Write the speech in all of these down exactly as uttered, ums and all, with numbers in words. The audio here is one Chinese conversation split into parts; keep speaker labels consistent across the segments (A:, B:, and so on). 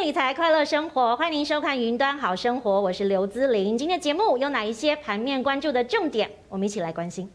A: 信理财，快乐生活，欢迎您收看《云端好生活》，我是刘姿玲。今天节目有哪一些盘面关注的重点？我们一起来关心。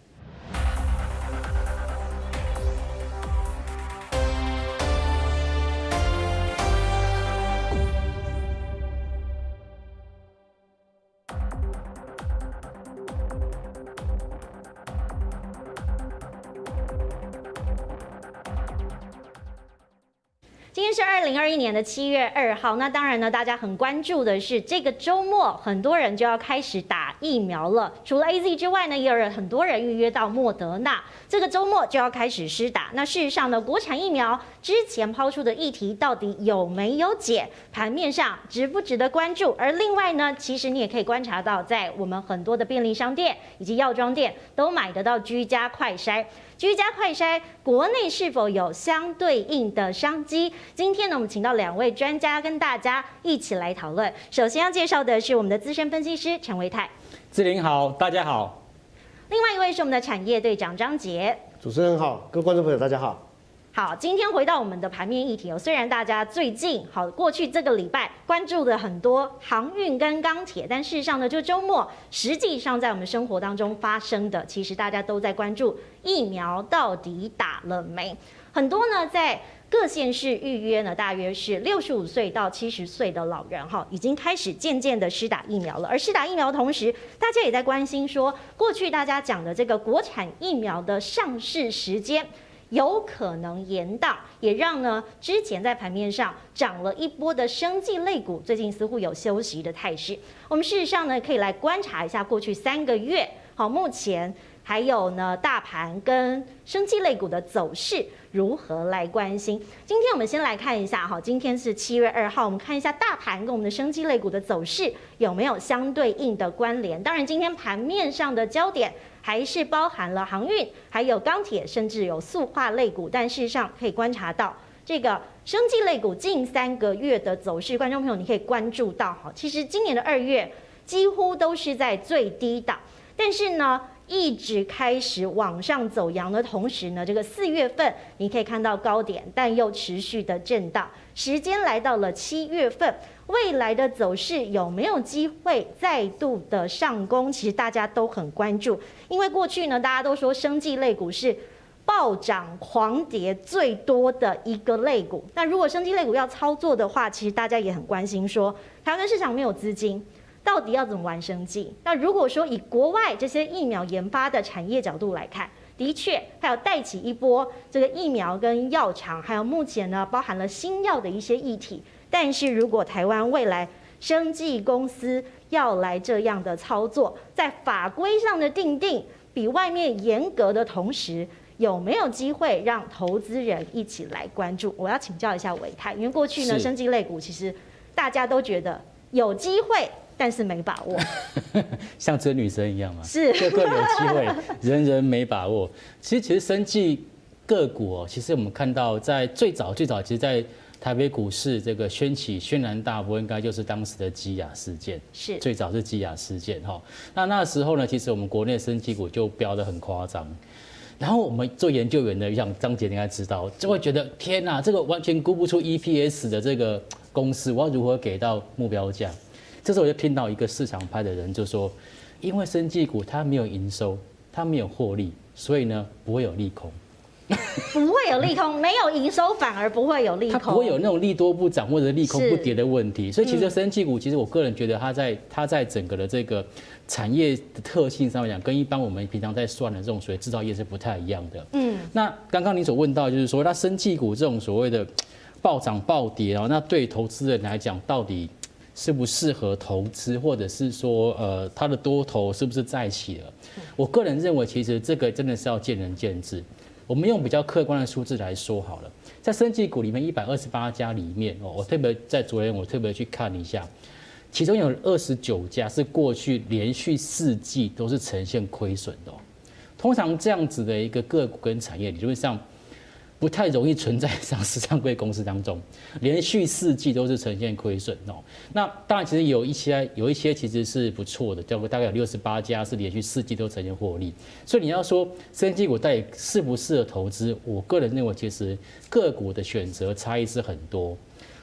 A: 今天是二零二一年的七月二号，那当然呢，大家很关注的是这个周末，很多人就要开始打疫苗了。除了 A Z 之外呢，也有人很多人预约到莫德纳，这个周末就要开始施打。那事实上呢，国产疫苗之前抛出的议题到底有没有解？盘面上值不值得关注？而另外呢，其实你也可以观察到，在我们很多的便利商店以及药妆店都买得到居家快筛。居家快筛，国内是否有相对应的商机？今天呢，我们请到两位专家跟大家一起来讨论。首先要介绍的是我们的资深分析师陈维泰，
B: 志玲好，大家好。
A: 另外一位是我们的产业队长张杰，
C: 主持人好，各位观众朋友大家好。
A: 好，今天回到我们的盘面议题哦。虽然大家最近好过去这个礼拜关注的很多航运跟钢铁，但事实上呢，就周末实际上在我们生活当中发生的，其实大家都在关注疫苗到底打了没？很多呢在各县市预约呢，大约是六十五岁到七十岁的老人哈，已经开始渐渐的施打疫苗了。而施打疫苗的同时，大家也在关心说，过去大家讲的这个国产疫苗的上市时间有可能延宕，也让呢之前在盘面上涨了一波的生技类股，最近似乎有休息的态势。我们事实上呢，可以来观察一下过去三个月，好，目前还有呢大盘跟生技类股的走势如何来关心。今天我们先来看一下哈，今天是七月二号，我们看一下大盘跟我们的生技类股的走势有没有相对应的关联。当然，今天盘面上的焦点还是包含了航运，还有钢铁，甚至有塑化类股。但事实上可以观察到，这个生技类股近三个月的走势，观众朋友你可以关注到哈，其实今年的二月几乎都是在最低档，但是呢，一直开始往上走阳的同时呢，这个四月份你可以看到高点，但又持续的震荡。时间来到了七月份，未来的走势有没有机会再度的上攻？其实大家都很关注，因为过去呢，大家都说生技类股是暴涨狂跌最多的一个类股。那如果生技类股要操作的话，其实大家也很关心说，台湾市场没有资金，到底要怎么玩生技？那如果说以国外这些疫苗研发的产业角度来看，的确还有带起一波这个疫苗跟药厂，还有目前呢包含了新药的一些议题。但是如果台湾未来生技公司要来这样的操作，在法规上的定定比外面严格的同时，有没有机会让投资人一起来关注？我要请教一下维泰，因为过去呢生技类股其实大家都觉得有机会，但是没把握，
B: 像追女生一样嘛，
A: 是
B: 个个有机会，人人没把握。其实，其实生技个股哦，其实我们看到在最早最早，其实，在台北股市这个掀起轩然大波，应该就是当时的基亚事件，
A: 是
B: 最早是基亚事件哈。那那时候呢，其实我们国内生技股就飙得很夸张。然后我们做研究员的，像张杰应该知道，就会觉得天哪，这个完全估不出 E P S 的这个公司，我要如何给到目标价？这时候我就听到一个市场派的人就说，因为生技股它没有营收，它没有获利，所以呢不会有利空。
A: 不会有利空，没有营收反而不会有利空，
B: 它不会有那种利多不涨或者利空不跌的问题。所以其实生技股，其实我个人觉得它在它在整个的这个产业的特性上面讲，跟一般我们平常在算的这种所谓制造业是不太一样的。嗯，那刚刚你所问到就是说，那生技股这种所谓的暴涨暴跌啊，那对投资人来讲到底适不适合投资，或者是说，呃，它的多头是不是在一起了？我个人认为，其实这个真的是要见仁见智。我们用比较客观的数字来说好了，在生技股里面一百二十八家里面哦，我特别在昨天我特别去看一下，其中有二十九家是过去连续四季都是呈现亏损的哦。通常这样子的一个个股跟产业，理论上不太容易存在上市上柜公司当中，连续四季都是呈现亏损哦。那当然，其实有一些有一些其实是不错的，大概有六十八家是连续四季都呈现获利。所以你要说生技股到底适不适合投资，我个人认为其实个股的选择差异是很多。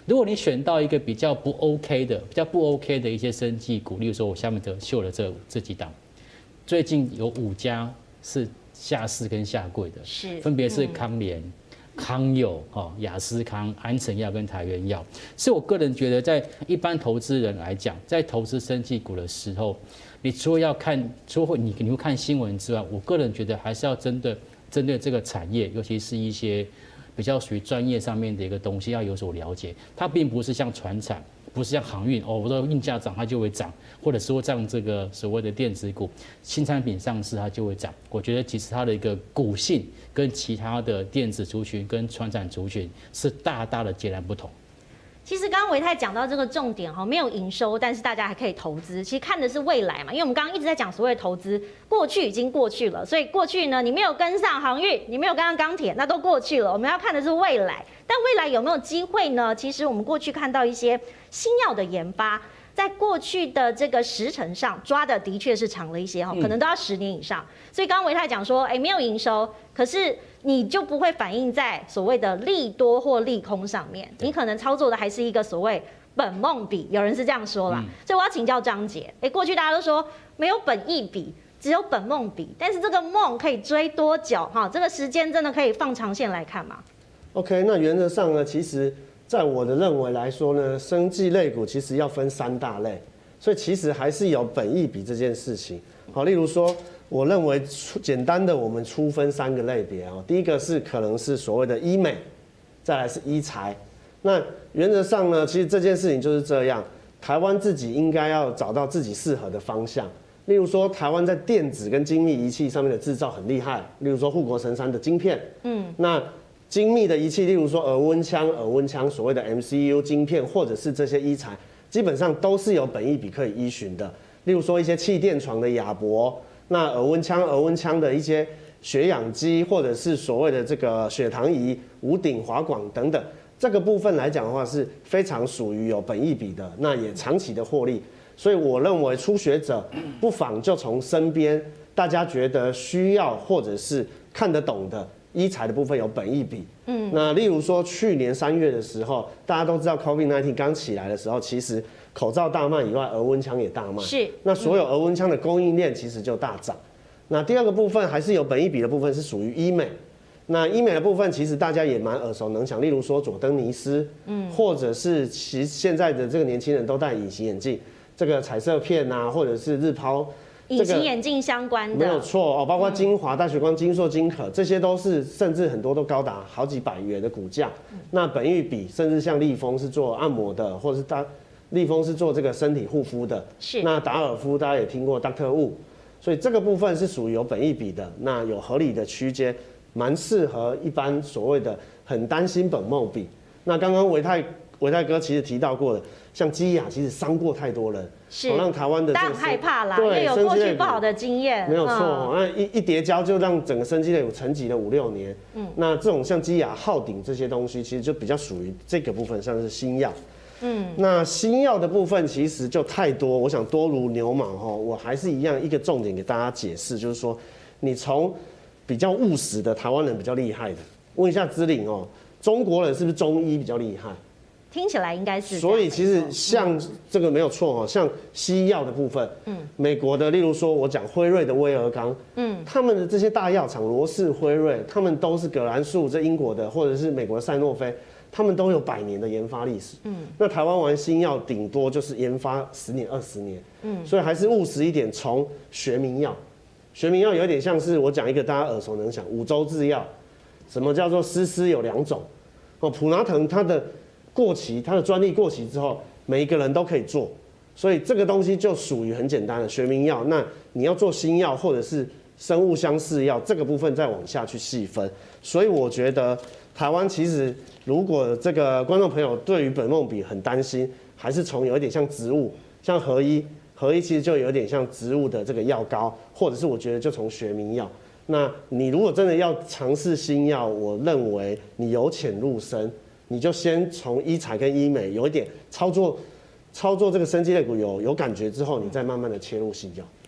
B: 如果你选到一个比较不 OK 的、比较不 OK 的一些生技股，例如说我下面的秀的这这几档，最近有五家是下市跟下柜的，
A: 是
B: 分别是康联、嗯、康友、哈雅思康、安诚药跟台元药。所以我个人觉得，在一般投资人来讲，在投资生技股的时候，你除了要看，除了你你会看新闻之外，我个人觉得还是要针对针对这个产业，尤其是一些比较属于专业上面的一个东西要有所了解。它并不是像传产，不是像航运哦，我说运价涨它就会涨，或者说像这个所谓的电子股，新产品上市它就会涨。我觉得其实它的一个股性跟其他的电子族群跟传产族群是大大的截然不同。
A: 其实刚刚唯泰讲到这个重点哈，没有营收，但是大家还可以投资。其实看的是未来嘛，因为我们刚刚一直在讲所谓的投资，过去已经过去了，所以过去呢，你没有跟上航运，你没有跟上钢铁，那都过去了。我们要看的是未来，但未来有没有机会呢？其实我们过去看到一些新药的研发，在过去的这个时程上抓的的确是长了一些哈，可能都要十年以上。所以刚刚唯泰讲说，哎，没有营收，可是你就不会反映在所谓的利多或利空上面，你可能操作的还是一个所谓本梦比，有人是这样说啦。嗯、所以我要请教张姐，哎，过去大家都说没有本益比，只有本梦比，但是这个梦可以追多久？哈，这个时间真的可以放长线来看吗
C: ？OK， 那原则上呢，其实在我的认为来说呢，生技类股其实要分三大类，所以其实还是有本益比这件事情。好，例如说。我认为简单的我们粗分三个类别哦，第一个是可能是所谓的医美，再来是医材。那原则上呢，其实这件事情就是这样，台湾自己应该要找到自己适合的方向。例如说，台湾在电子跟精密仪器上面的制造很厉害，例如说护国神山的晶片，嗯，那精密的仪器，例如说耳温枪、耳温枪所谓的 M C U 晶片，或者是这些医材，基本上都是有本益比可以依循的。例如说一些气垫床的亚博。那耳温枪、耳温枪的一些血氧机，或者是所谓的这个血糖仪、无顶滑管等等，这个部分来讲的话是非常属于有本益比的，那也长期的获利。所以我认为初学者不妨就从身边大家觉得需要或者是看得懂的医材的部分有本益比。嗯，那例如说去年三月的时候，大家都知道 COVID 十九 刚起来的时候，其实口罩大卖以外，额温枪也大卖。是，那所有额温枪的供应链其实就大涨。那第二个部分还是有本益比的部分，是属于医美。那医美的部分，其实大家也蛮耳熟能详，例如说佐登尼斯，嗯，或者是其实现在的这个年轻人都戴隐形眼镜，这个彩色片啊，或者是日抛。
A: 隐形眼镜相关的
C: 没有错哦，包括精华、大学光、金硕、金可，这些都是甚至很多都高达好几百元的股价。那本益比甚至像立丰是做按摩的，或者是大立丰是做这个身体护肤的。是那达尔夫大家也听过 Doctor Wu， 所以这个部分是属于有本益比的，那有合理的区间，蛮适合一般所谓的很担心本梦比。那刚刚唯泰唯泰哥其实提到过的，像基亚其实伤过太多人。是，让台湾的
A: 大家很害怕啦，因为有过去不好的经验，
C: 没有错。嗯、那一一叠交就让整个生技类股沉寂了五六年。嗯，那这种像基亚、浩鼎这些东西，其实就比较属于这个部分，像是新药。嗯，那新药的部分其实就太多，我想多如牛毛哈。我还是一样一个重点给大家解释，就是说，你从比较务实的台湾人比较厉害的，问一下芝绫哦，中国人是不是中医比较厉害？
A: 听起来应该是，
C: 所以其实像这个没有错哦，像西药的部分，嗯，美国的，例如说我讲辉瑞的威尔刚，嗯，他们的这些大药厂，罗氏、辉瑞，他们都是葛兰素，这英国的，或者是美国的赛诺菲，他们都有百年的研发历史，嗯，那台湾玩新药顶多就是研发十年、二十年，嗯，所以还是务实一点，从学名药，学名药有点像是我讲一个大家耳熟能详，五洲制药，什么叫做丝丝有两种，哦，普拿疼它的。过期，它的专利过期之后，每一个人都可以做，所以这个东西就属于很简单的学名药。那你要做新药或者是生物相似药，这个部分再往下去细分。所以我觉得台湾其实如果这个观众朋友对于本梦比很担心，还是从有一点像植物，像合一，合一其实就有点像植物的这个药膏，或者是我觉得就从学名药。那你如果真的要尝试新药，我认为你由浅入深。你就先从医材跟医美有一点操作，操作这个生技类股有有感觉之后，你再慢慢的切入新药。
A: 刚刚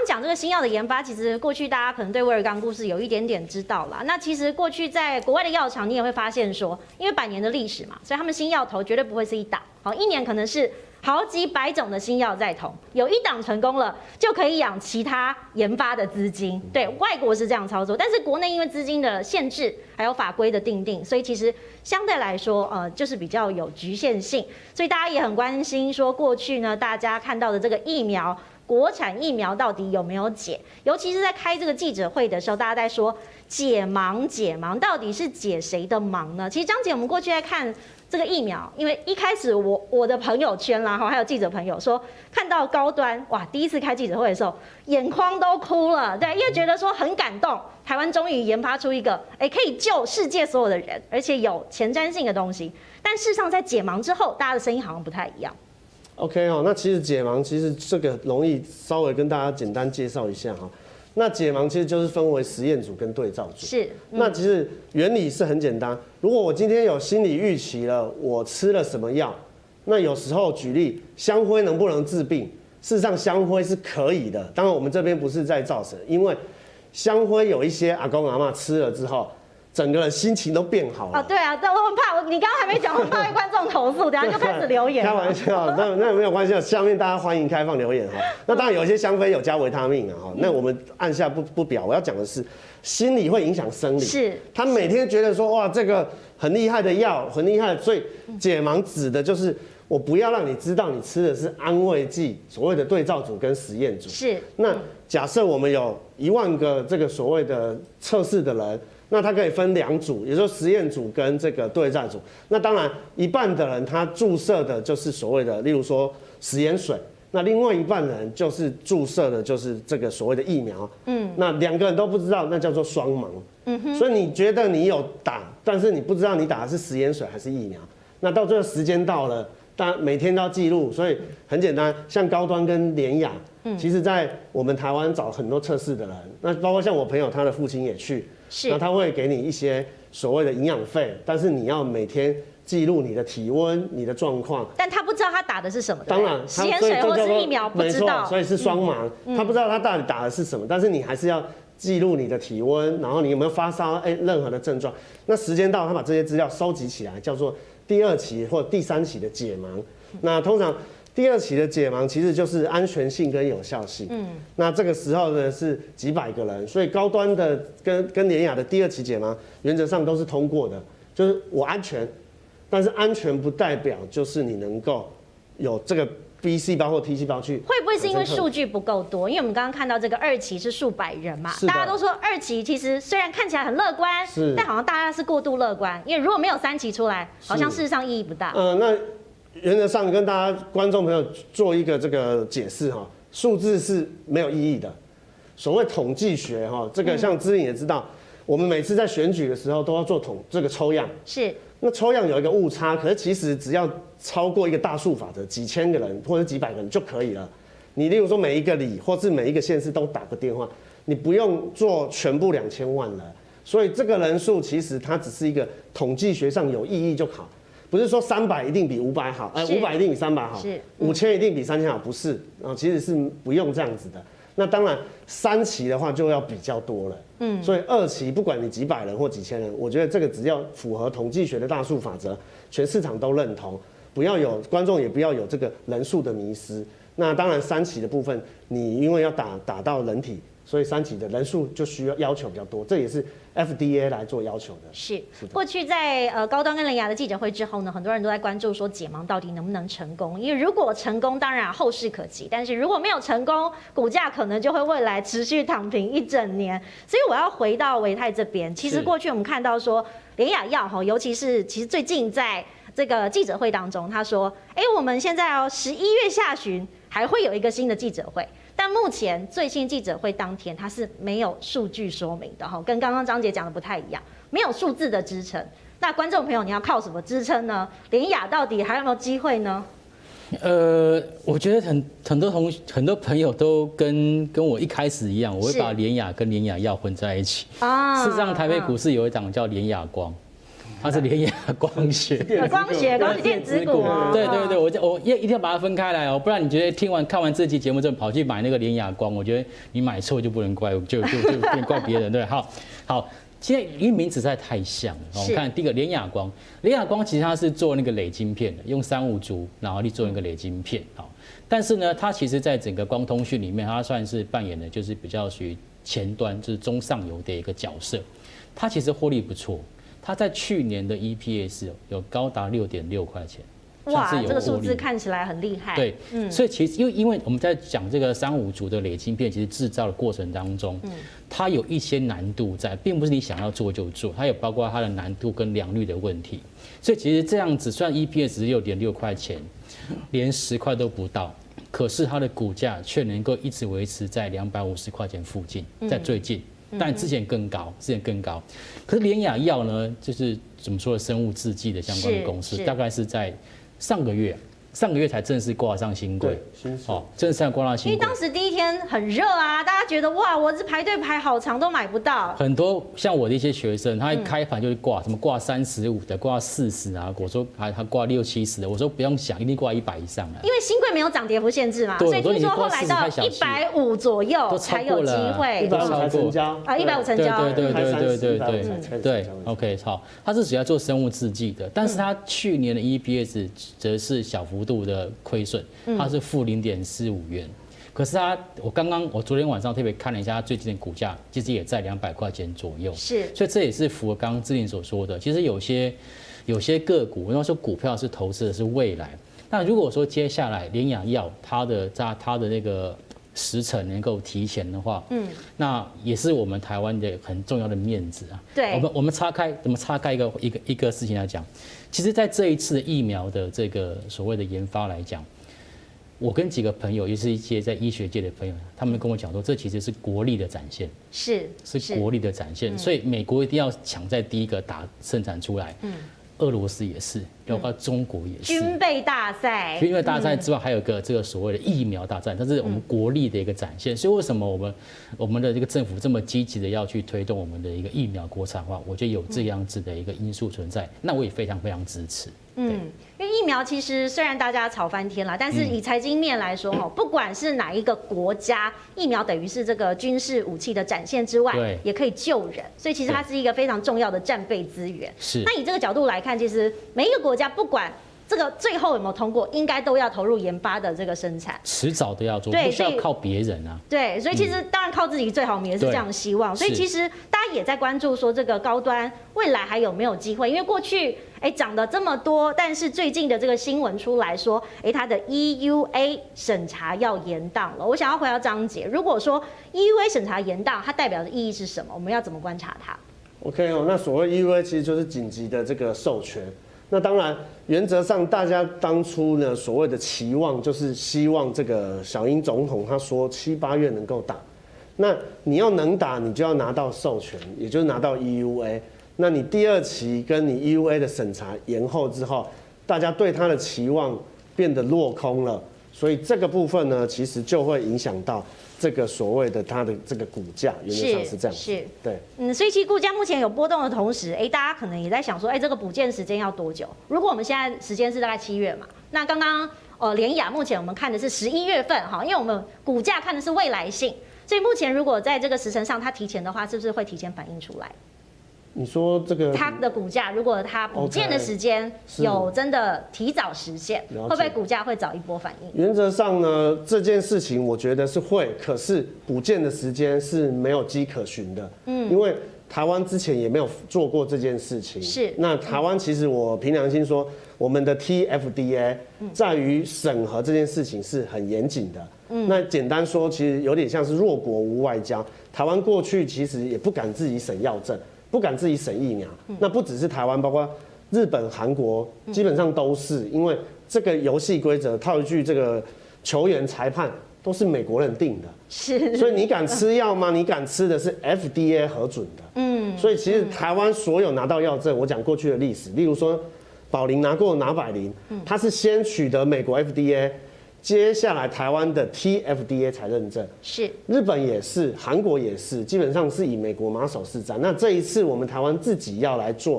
A: 讲这个新药的研发，其实过去大家可能对威尔刚故事有一点点知道啦。那其实过去在国外的药厂，你也会发现说，因为百年的历史嘛，所以他们新药头绝对不会是一档，好，一年可能是好几百种的新药在投，有一档成功了，就可以养其他研发的资金。对，外国是这样操作，但是国内因为资金的限制，还有法规的定定，所以其实相对来说，呃，就是比较有局限性。所以大家也很关心说，过去呢，大家看到的这个疫苗。国产疫苗到底有没有解？尤其是在开这个记者会的时候，大家在说解盲，解盲到底是解谁的盲呢？其实张姐，我们过去在看这个疫苗，因为一开始我我的朋友圈啦，哈，还有记者朋友说，看到高端哇，第一次开记者会的时候，眼眶都哭了，对，因为觉得说很感动，台湾终于研发出一个哎可以救世界所有的人，而且有前瞻性的东西。但事实上，在解盲之后，大家的声音好像不太一样。
C: OK 哈，那其实解盲其实这个容易稍微跟大家简单介绍一下哈。那解盲其实就是分为实验组跟对照组。是。嗯、那其实原理是很简单，如果我今天有心理预期了，我吃了什么药，那有时候举例香灰能不能治病？事实上香灰是可以的，当然我们这边不是在造神，因为香灰有一些阿公阿嬷吃了之后。整个人心情都变好了。哦，
A: 对啊，但我很怕，你刚刚还没讲，我很怕被观众投诉，等下就开始留言。
C: 开玩笑，那那没有关系，下面大家欢迎开放留言哈。那当然有一些香妃有加维他命啊哈，那我们按下不不表。我要讲的是，心理会影响生理。是。他每天觉得说哇，这个很厉害的药，很厉害，所以解盲指的就是我不要让你知道你吃的是安慰剂，所谓的对照组跟实验组。是。那假设我们有一万个这个所谓的测试的人。那它可以分两组，也就是实验组跟这个对照组。那当然，一半的人他注射的就是所谓的，例如说食盐水；那另外一半人就是注射的就是这个所谓的疫苗。嗯，那两个人都不知道，那叫做双盲。嗯哼。所以你觉得你有打，但是你不知道你打的是食盐水还是疫苗。那到最后时间到了，大家每天都要记录，所以很简单，像高端跟联雅，其实在我们台湾找很多测试的人，那包括像我朋友他的父亲也去。那他会给你一些所谓的营养费，但是你要每天记录你的体温、你的状况。
A: 但他不知道他打的是什么。
C: 当然，
A: 食盐水或是疫苗不知道，
C: 所以是双盲。嗯、他不知道他到底打的是什么，但是你还是要记录你的体温，然后你有没有发烧，哎、欸，任何的症状。那时间到，他把这些资料收集起来，叫做第二期或第三期的解盲。那通常。第二期的解盲其实就是安全性跟有效性。嗯，那这个时候呢是几百个人，所以高端的跟跟联雅的第二期解盲原则上都是通过的，就是我安全，但是安全不代表就是你能够有这个 B 细胞或 T 细胞去。
A: 会不会是因为数据不够多？因为我们刚刚看到这个二期是数百人嘛，大家都说二期其实虽然看起来很乐观，但好像大家是过度乐观，因为如果没有三期出来，好像事实上意义不大。
C: 嗯、呃，那。原则上跟大家观众朋友做一个这个解释哈，数字是没有意义的。所谓统计学哈，这个像芝颖也知道，我们每次在选举的时候都要做统这个抽样。是。那抽样有一个误差，可是其实只要超过一个大数法则，几千个人或者几百个人就可以了。你例如说每一个里或是每一个县市都打个电话，你不用做全部两千万人。所以这个人数其实它只是一个统计学上有意义就好。不是说三百一定比五百好，哎，五百一定比三百好，五千一定比三千好，不是啊，其实是不用这样子的。那当然，三期的话就要比较多了，嗯，所以二期不管你几百人或几千人，我觉得这个只要符合统计学的大数法则，全市场都认同，不要有观众也不要有这个人数的迷失。那当然三期的部分，你因为要打打到人体。所以三期的人数就需要要求比较多，这也是 F D A 来做要求的。
A: 是，是过去在呃高端跟联雅的记者会之后呢，很多人都在关注说解盲到底能不能成功？因为如果成功，当然后市可期；但是如果没有成功，股价可能就会未来持续躺平一整年。所以我要回到维泰这边，其实过去我们看到说联雅药哈，尤其是其实最近在这个记者会当中，他说：“哎、欸，我们现在哦十一月下旬还会有一个新的记者会。”但目前最新记者会当天，它是没有数据说明的哈，跟刚刚张姐讲的不太一样，没有数字的支撑。那观众朋友，你要靠什么支撑呢？联雅到底还有没有机会呢？
B: 呃，我觉得很很多同很多朋友都跟跟我一开始一样，我会把联雅跟联雅药混在一起啊。事实上，台北股市有一档叫联雅光。 它是联亚光学，
A: 光学光学电子股哦。
B: 对对对，我我一一定要把它分开来哦，不然你觉得听完看完这期节目之后跑去买那个联亚光，我觉得你买错就不能怪，就就就不能怪别人，对，好，好。现在因为名字实在太像了，我们看第一个联亚光，联亚光其实它是做那个磊晶片的，用三五族然后去做一个磊晶片，好，但是呢，它其实在整个光通讯里面，它算是扮演的就是比较属于前端，就是中上游的一个角色，它其实获利不错，它在去年的 E P S 有高达六点六块钱。
A: 哇，这个数字看起来很厉害。
B: 对，嗯，所以其实因为因为我们在讲这个三五族的磊晶片，其实制造的过程当中，嗯，它有一些难度在，并不是你想要做就做，它有包括它的难度跟良率的问题。所以其实这样子，虽然 E P S 六点六块钱，连十块都不到，可是它的股价却能够一直维持在两百五十块钱附近，在最近。但之前更高，之前更高。可是联亚药呢，就是怎么说的，生物制剂的相关的公司，大概是在上个月，上个月才正式挂上新贵，哦，正式挂上新贵。
A: 因为当时第一天很热啊，大家觉得哇，我这排队排好长都买不到。
B: 很多像我的一些学生，他一开盘就会挂，什么挂三十五的，挂四十啊，我说还他挂六七十的，我说不用想，一定挂一百以上啊。
A: 因为新贵没有涨跌幅限制嘛，所以听说后来到一百五左右才有机会，
C: 都超过
A: 啊，一百五成交，
B: 对对对对对对对 ，OK， 好，他是主要做生物制剂的，但是他去年的 E P S 则是小幅度的亏损，它是负零点四五元。可是它，我刚刚我昨天晚上特别看了一下它最近的股价，其实也在两百块钱左右。
A: 是，
B: 所以这也是符合刚刚志玲所说的，其实有些有些个股，因为说股票是投资的是未来。那如果说接下来联亚药它的它它的那个时程能够提前的话，嗯，那也是我们台湾的很重要的面子啊。
A: 对，
B: 我们我们岔开怎么岔开一个一个一个事情来讲，其实在这一次的疫苗的这个所谓的研发来讲，我跟几个朋友，也是一些在医学界的朋友，他们跟我讲说，这其实是国力的展现，
A: 是
B: 是国力的展现，所以美国一定要抢在第一个打生产出来，嗯。俄罗斯也是，包括中国也是。
A: 军备大赛，
B: 军备大赛之外，还有个这个所谓的疫苗大战，这是我们国力的一个展现。所以为什么我们我们的这个政府这么积极的要去推动我们的一个疫苗国产化？我觉得有这样子的一个因素存在，那我也非常非常支持。
A: 嗯，因为疫苗其实虽然大家吵翻天了，但是以财经面来说，哈、嗯，不管是哪一个国家，疫苗等于是这个军事武器的展现之外，
B: 对，
A: 也可以救人，所以其实它是一个非常重要的战备资源。
B: 是。
A: 那以这个角度来看，其实每一个国家不管这个最后有没有通过，应该都要投入研发的这个生产，
B: 迟早都要做，
A: 对，
B: 不需要靠别人啊。
A: 对，所以其实当然靠自己最好，我们也是这样希望。所以其实大家也在关注说这个高端未来还有没有机会，因为过去哎涨了这么多，但是最近的这个新闻出来说，哎它的 E U A 审查要延档了。我想要回到张姐，如果说 E U A 审查延档，它代表的意义是什么？我们要怎么观察它
C: ？OK 哦，那所谓 E U A 其实就是紧急的这个授权。那当然，原则上大家当初呢所谓的期望就是希望这个小英总统他说七八月能够打，那你要能打，你就要拿到授权，也就是拿到 E U A。那你第二期跟你 E U A 的审查延后之后，大家对他的期望变得落空了，所以这个部分呢，其实就会影响到这个所谓的它的这个股价，原则上是这样子。
A: 是，
C: 对，
A: 嗯，所以其实股价目前有波动的同时，哎、欸，大家可能也在想说，哎、欸，这个补件时间要多久？如果我们现在时间是大概七月嘛，那刚刚呃联亚目前我们看的是十一月份哈，因为我们股价看的是未来性，所以目前如果在这个时程上它提前的话，是不是会提前反映出来？
C: 你说这个
A: 它的股价，如果它补件的时间有真的提早实现，会不会股价会早一波反应？
C: 原则上呢，这件事情我觉得是会，可是补件的时间是没有迹可循的。嗯，因为台湾之前也没有做过这件事情。
A: 是。
C: 那台湾其实我凭良心说，我们的 T F D A 在于审核这件事情是很严谨的。嗯。那简单说，其实有点像是弱国无外交。台湾过去其实也不敢自己审药证。不敢自己审疫苗，那不只是台湾，包括日本、韩国，基本上都是因为这个游戏规则，套一句这个球员、裁判都是美国人定的，
A: 是，
C: 所以你敢吃药吗？你敢吃的是 F D A 核准的，嗯，所以其实台湾所有拿到药证，我讲过去的历史，例如说宝林拿过拿百灵，它是先取得美国 F D A。接下来台湾的 T F D A 才认证，
A: 是
C: 日本也是，韩国也是，基本上是以美国马首是瞻。那这一次我们台湾自己要来做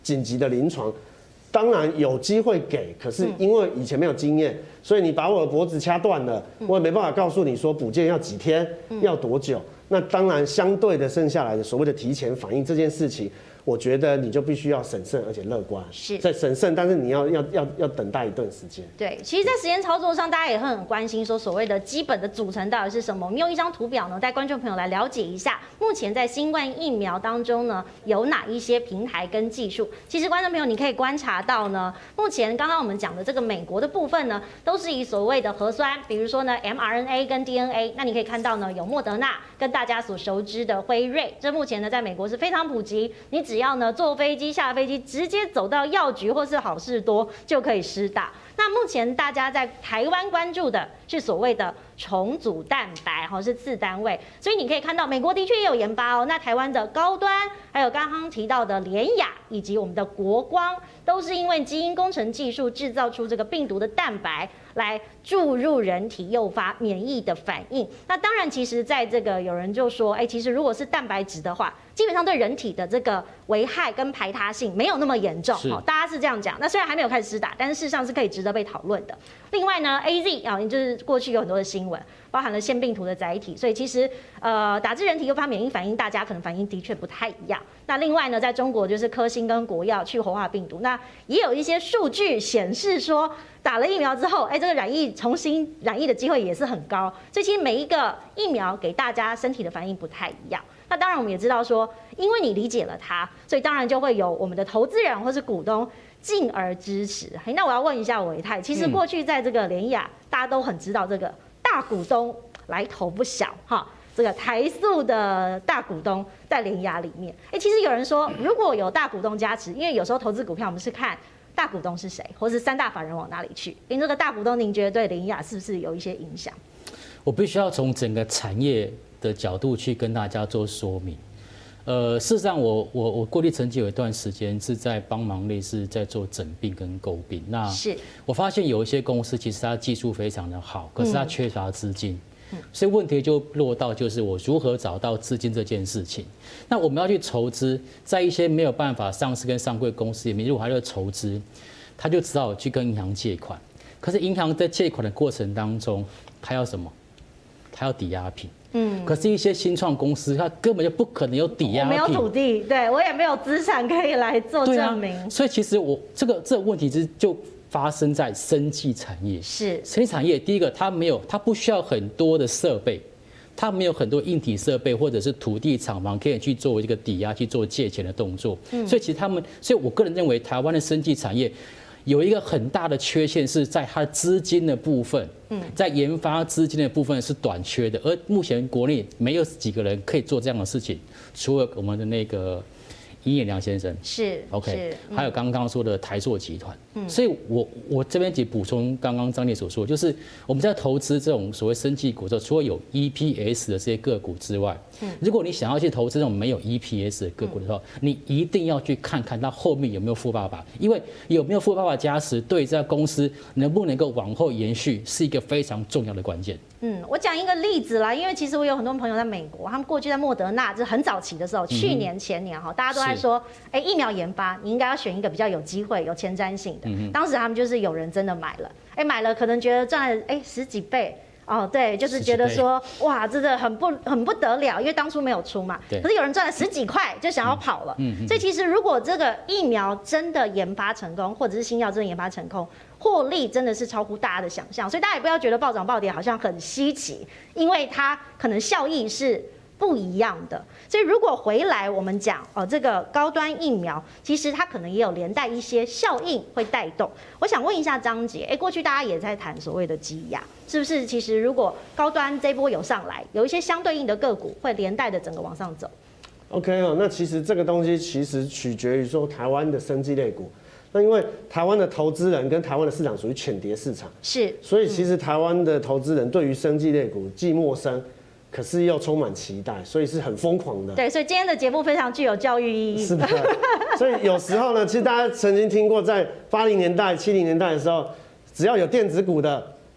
C: 紧急的临床。当然有机会给，可是因为以前没有经验，所以你把我的脖子掐断了，我也没办法告诉你说补件要几天，要多久。那当然相对的剩下来的所谓的提前反应这件事情，我觉得你就必须要审慎而且乐观。
A: 是
C: 在审慎，但是你要要要要等待一段时间。
A: 对，其实，在实验操作上，大家也会很关心说所谓的基本的组成到底是什么。我们用一张图表呢，带观众朋友来了解一下，目前在新冠疫苗当中呢，有哪一些平台跟技术。其实，观众朋友你可以观察到呢，目前刚刚我们讲的这个美国的部分呢，都是以所谓的核酸，比如说呢 M R N A 跟 D N A。那你可以看到呢，有莫德纳跟大家所熟知的辉瑞，这目前呢在美国是非常普及，你只要呢坐飞机下飞机，直接走到药局或是好事多就可以施打。那目前大家在台湾关注的是所谓的重组蛋白，哈，是次单位，所以你可以看到美国的确也有研发哦。那台湾的高端，还有刚刚提到的联雅以及我们的国光，都是因为基因工程技术制造出这个病毒的蛋白来注入人体，诱发免疫的反应。那当然，其实在这个有人就说，哎、欸，其实如果是蛋白质的话，基本上对人体的这个危害跟排他性没有那么严重，好，大家是这样讲。那虽然还没有开始施打，但是事实上是可以值得被讨论的。另外呢 ，A Z 啊，就是过去有很多的新闻，包含了腺病毒的载体，所以其实呃打致人体诱发免疫反应，大家可能反应的确不太一样。那另外呢，在中国就是科兴跟国药去活化病毒，那也有一些数据显示说，打了疫苗之后，哎、欸，这个染疫重新染疫的机会也是很高。所以其实每一个疫苗给大家身体的反应不太一样。那当然我们也知道说，因为你理解了它，所以当然就会有我们的投资人或是股东进而支持。嘿，那我要问一下伟泰，其实过去在这个联雅，大家都很知道这个大股东来头不小哈。这个台塑的大股东在联雅里面，哎、欸，其实有人说，如果有大股东加持，因为有时候投资股票我们是看大股东是谁，或是三大法人往哪里去。您这个大股东，您觉得对联雅是不是有一些影响？
B: 我必须要从整个产业的角度去跟大家做说明。呃，事实上我，我我我过去曾经有一段时间是在帮忙类似在做诊病跟购病。那是我发现有一些公司其实它技术非常的好，可是它缺乏资金。嗯，所以问题就落到就是我如何找到资金这件事情。那我们要去筹资，在一些没有办法上市跟上柜公司里面，如果还要筹资，他就只好去跟银行借款。可是银行在借款的过程当中，他要什么？他要抵押品。嗯，可是一些新创公司，它根本就不可能有抵押品。
A: 我没有土地，对我也没有资产可以来做证明。
B: 啊、所以其实我这个这个问题是就发生在生技产业。是生技产业，第一个它没有，它不需要很多的设备，它没有很多硬体设备或者是土地厂房可以去做这个抵押去做借钱的动作。嗯，所以其实他们，所以我个人认为台湾的生技产业有一个很大的缺陷是在它资金的部分，在研发资金的部分是短缺的，而目前国内没有几个人可以做这样的事情，除了我们的那个尹衍梁先生
A: 是
B: OK， 还有刚刚说的台塑集团。所以我我这边只补充刚刚张烈所说，就是我们在投资这种所谓生技股的时候，除了有 E P S 的这些个股之外，如果你想要去投资这种没有 E P S 的个股的时候，你一定要去看看它后面有没有富爸爸，因为有没有富爸爸加持，对这家公司能不能够往后延续，是一个非常重要的关键。
A: 嗯，我讲一个例子啦，因为其实我有很多朋友在美国，他们过去在莫德纳，就是很早期的时候，去年前年哈，大家都在说，哎、欸，疫苗研发你应该要选一个比较有机会、有前瞻性的。嗯、当时他们就是有人真的买了，哎、欸，买了可能觉得赚了哎、欸、十几倍。哦，对，就是觉得说，哇，真的很不很不得了，因为当初没有出嘛。可是有人赚了十几块，就想要跑了。嗯嗯、所以其实如果这个疫苗真的研发成功，或者是新药真的研发成功，获利真的是超乎大家的想象。所以大家也不要觉得暴涨暴跌好像很稀奇，因为它可能效益是不一样的。所以如果回来我们讲哦，这个高端疫苗，其实它可能也有连带一些效应会带动。我想问一下张杰，哎，过去大家也在谈所谓的积压，是不是？其实如果高端这波有上来，有一些相对应的个股会连带的整个往上走。
C: OK 哦，那其实这个东西其实取决于说台湾的生技类股。那因为台湾的投资人跟台湾的市场属于浅碟市场，是，所以其实台湾的投资人对于生技类股既陌生，可是又充满期待，所以是很疯狂的。
A: 对，所以今天的节目非常具有教育意义。
C: 是的，所以有时候呢，其实大家曾经听过，在八零年代、七零年代的时候，只要有电子股的，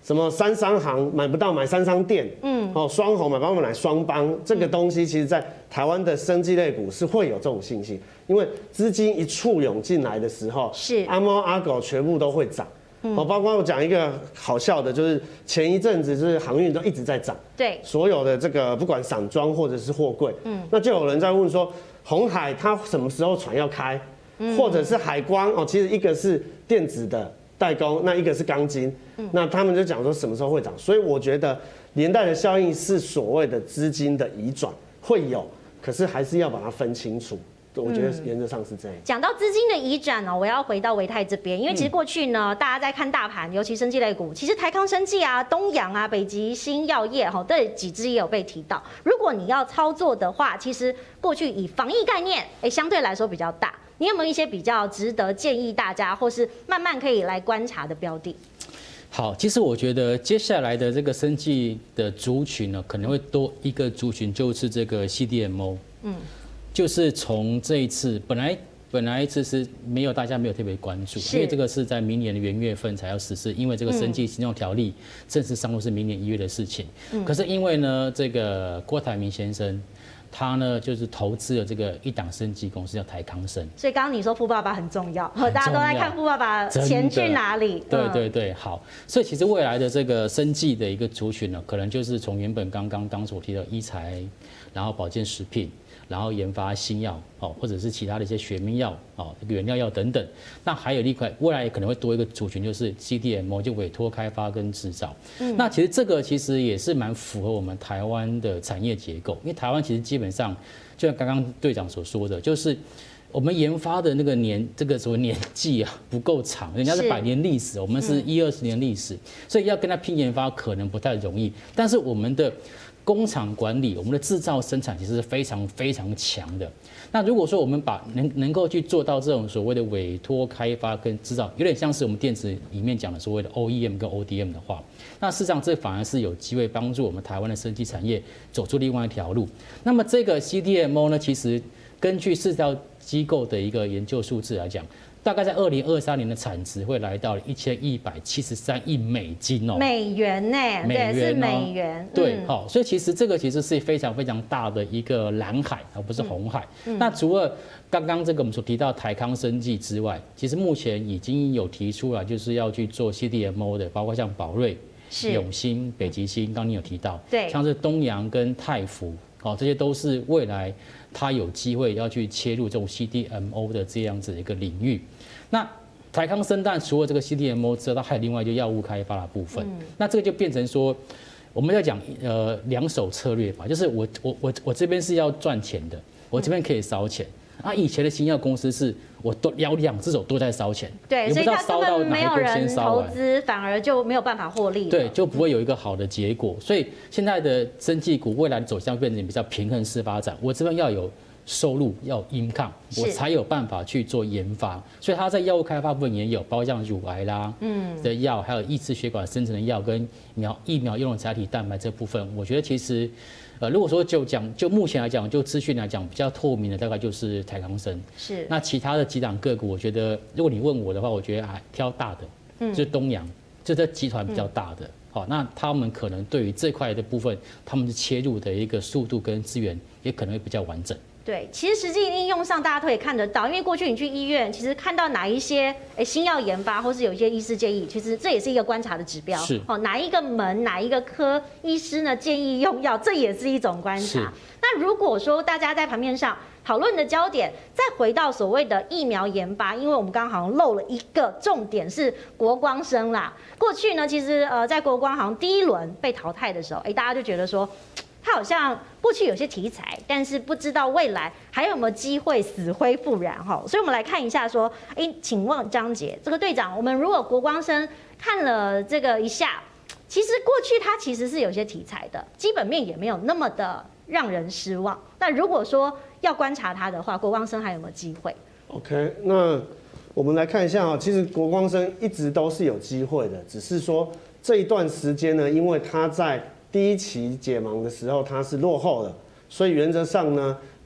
C: 什么三商行买不到买三商店，嗯，哦，双红买不到买双帮，这个东西其实在台湾的生技类股是会有这种信心，因为资金一簇涌进来的时候，
A: 是
C: 阿猫阿狗全部都会涨。哦，包括我讲一个好笑的，就是前一阵子就是航运都一直在涨，
A: 对，
C: 所有的这个不管散装或者是货柜，嗯，那就有人在问说，鸿海它什么时候船要开，嗯、或者是海光哦，其实一个是电子的代工，那一个是钢筋，嗯、那他们就讲说什么时候会涨，所以我觉得连带的效应是所谓的资金的移转会有，可是还是要把它分清楚。我觉得原则上是这样。
A: 讲到资金的移转呢，我要回到维泰这边，因为其实过去呢，大家在看大盘，尤其生技类股，其实台康生技啊、东洋啊、北极星药业哈，这几支也有被提到。如果你要操作的话，其实过去以防疫概念，哎，相对来说比较大。你有没有一些比较值得建议大家，或是慢慢可以来观察的标的？
B: 好，其实我觉得接下来的这个生技的族群呢，可能会多一个族群，就是这个 C D M O。嗯。就是从这一次，本来本来其实没有大家没有特别关注，因为这个是在明年的元月份才要实施，因为这个生技行动条例正式上路是明年一月的事情。嗯、可是因为呢，这个郭台铭先生，他呢就是投资了这个一档生技公司叫台康生。
A: 所以刚刚你说富爸爸很重要，大家都在看富爸爸钱去哪里。
B: 对对对，好，所以其实未来的这个生技的一个族群呢，可能就是从原本刚刚当所提到医材，然后保健食品。然后研发新药哦，或者是其他的一些学名药哦、原料药等等。那还有一块，未来可能会多一个族群，就是 C D M O， 就委托开发跟制造。嗯，那其实这个其实也是蛮符合我们台湾的产业结构，因为台湾其实基本上，就像刚刚队长所说的，就是我们研发的那个年这个所谓年纪啊不够长，人家是百年历史，我们是一二十年历史，所以要跟他拼研发可能不太容易。但是我们的工厂管理，我们的制造生产其实是非常非常强的。那如果说我们把能能够去做到这种所谓的委托开发跟制造，有点像是我们电子里面讲的所谓的 O E M 跟 O D M 的话，那事实上这反而是有机会帮助我们台湾的生技产业走出另外一条路。那么这个 C D M O 呢，其实根据市调机构的一个研究数字来讲，大概在二零二三年的产值会来到一千一百七十三亿美金哦，
A: 美元呢？对，是美元。
B: 对，好，所以其实这个其实是非常非常大的一个蓝海，而不是红海。那除了刚刚这个我们所提到台康生技之外，其实目前已经有提出来，就是要去做 C D M O 的，包括像宝瑞、永兴、北极星，刚刚你有提到，
A: 对，
B: 像是东洋跟泰福，哦，这些都是未来它有机会要去切入这种 C D M O 的这样子的一个领域。那台康生但除了这个 C D M O 之外，它还有另外一个药物开发的部分。嗯、那这个就变成说，我们要讲呃两手策略吧，就是我我我我这边是要赚钱的，我这边可以烧钱。啊，以前的新药公司是我都要两只手都在烧钱，
A: 对，所以它根本没有人投资，反而就没有办法获利，
B: 对，就不会有一个好的结果。所以现在的生技股未来的走向变成比较平衡式发展，我这边要有收入，要有 income， 我才有办法去做研发。所以它在药物开发部分也有，包括像乳癌啦嗯的药，还有抑制血管生成的药跟苗疫苗用的载体蛋白这部分，我觉得其实。呃，如果说就讲，就目前来讲，就资讯来讲，比较透明的大概就是台康生。
A: 是。
B: 那其他的几档个股，我觉得，如果你问我的话，我觉得还挑大的，嗯，就是东洋，就这集团比较大的。好、嗯，那他们可能对于这块的部分，他们是切入的一个速度跟资源，也可能会比较完整。
A: 对，其实实际应用上大家都可以看得到，因为过去你去医院，其实看到哪一些诶新药研发，或是有一些医师建议，其实这也是一个观察的指标。
B: 是
A: 哦，哪一个门哪一个科医师呢建议用药，这也是一种观察。那如果说大家在盘面上讨论的焦点，再回到所谓的疫苗研发，因为我们刚刚好像漏了一个重点是国光生啦。过去呢，其实呃在国光好像第一轮被淘汰的时候，哎大家就觉得说。它好像过去有些题材，但是不知道未来还有没有机会死灰复燃哈。所以我们来看一下，说，哎，请问张杰这个队长，我们如果国光生看了这个一下，其实过去它其实是有些题材的，基本面也没有那么的让人失望。那如果说要观察它的话，国光生还有没有机会
C: ？OK， 那我们来看一下啊，其实国光生一直都是有机会的，只是说这一段时间呢，因为它在第一期解盲的时候它是落后的，所以原则上呢，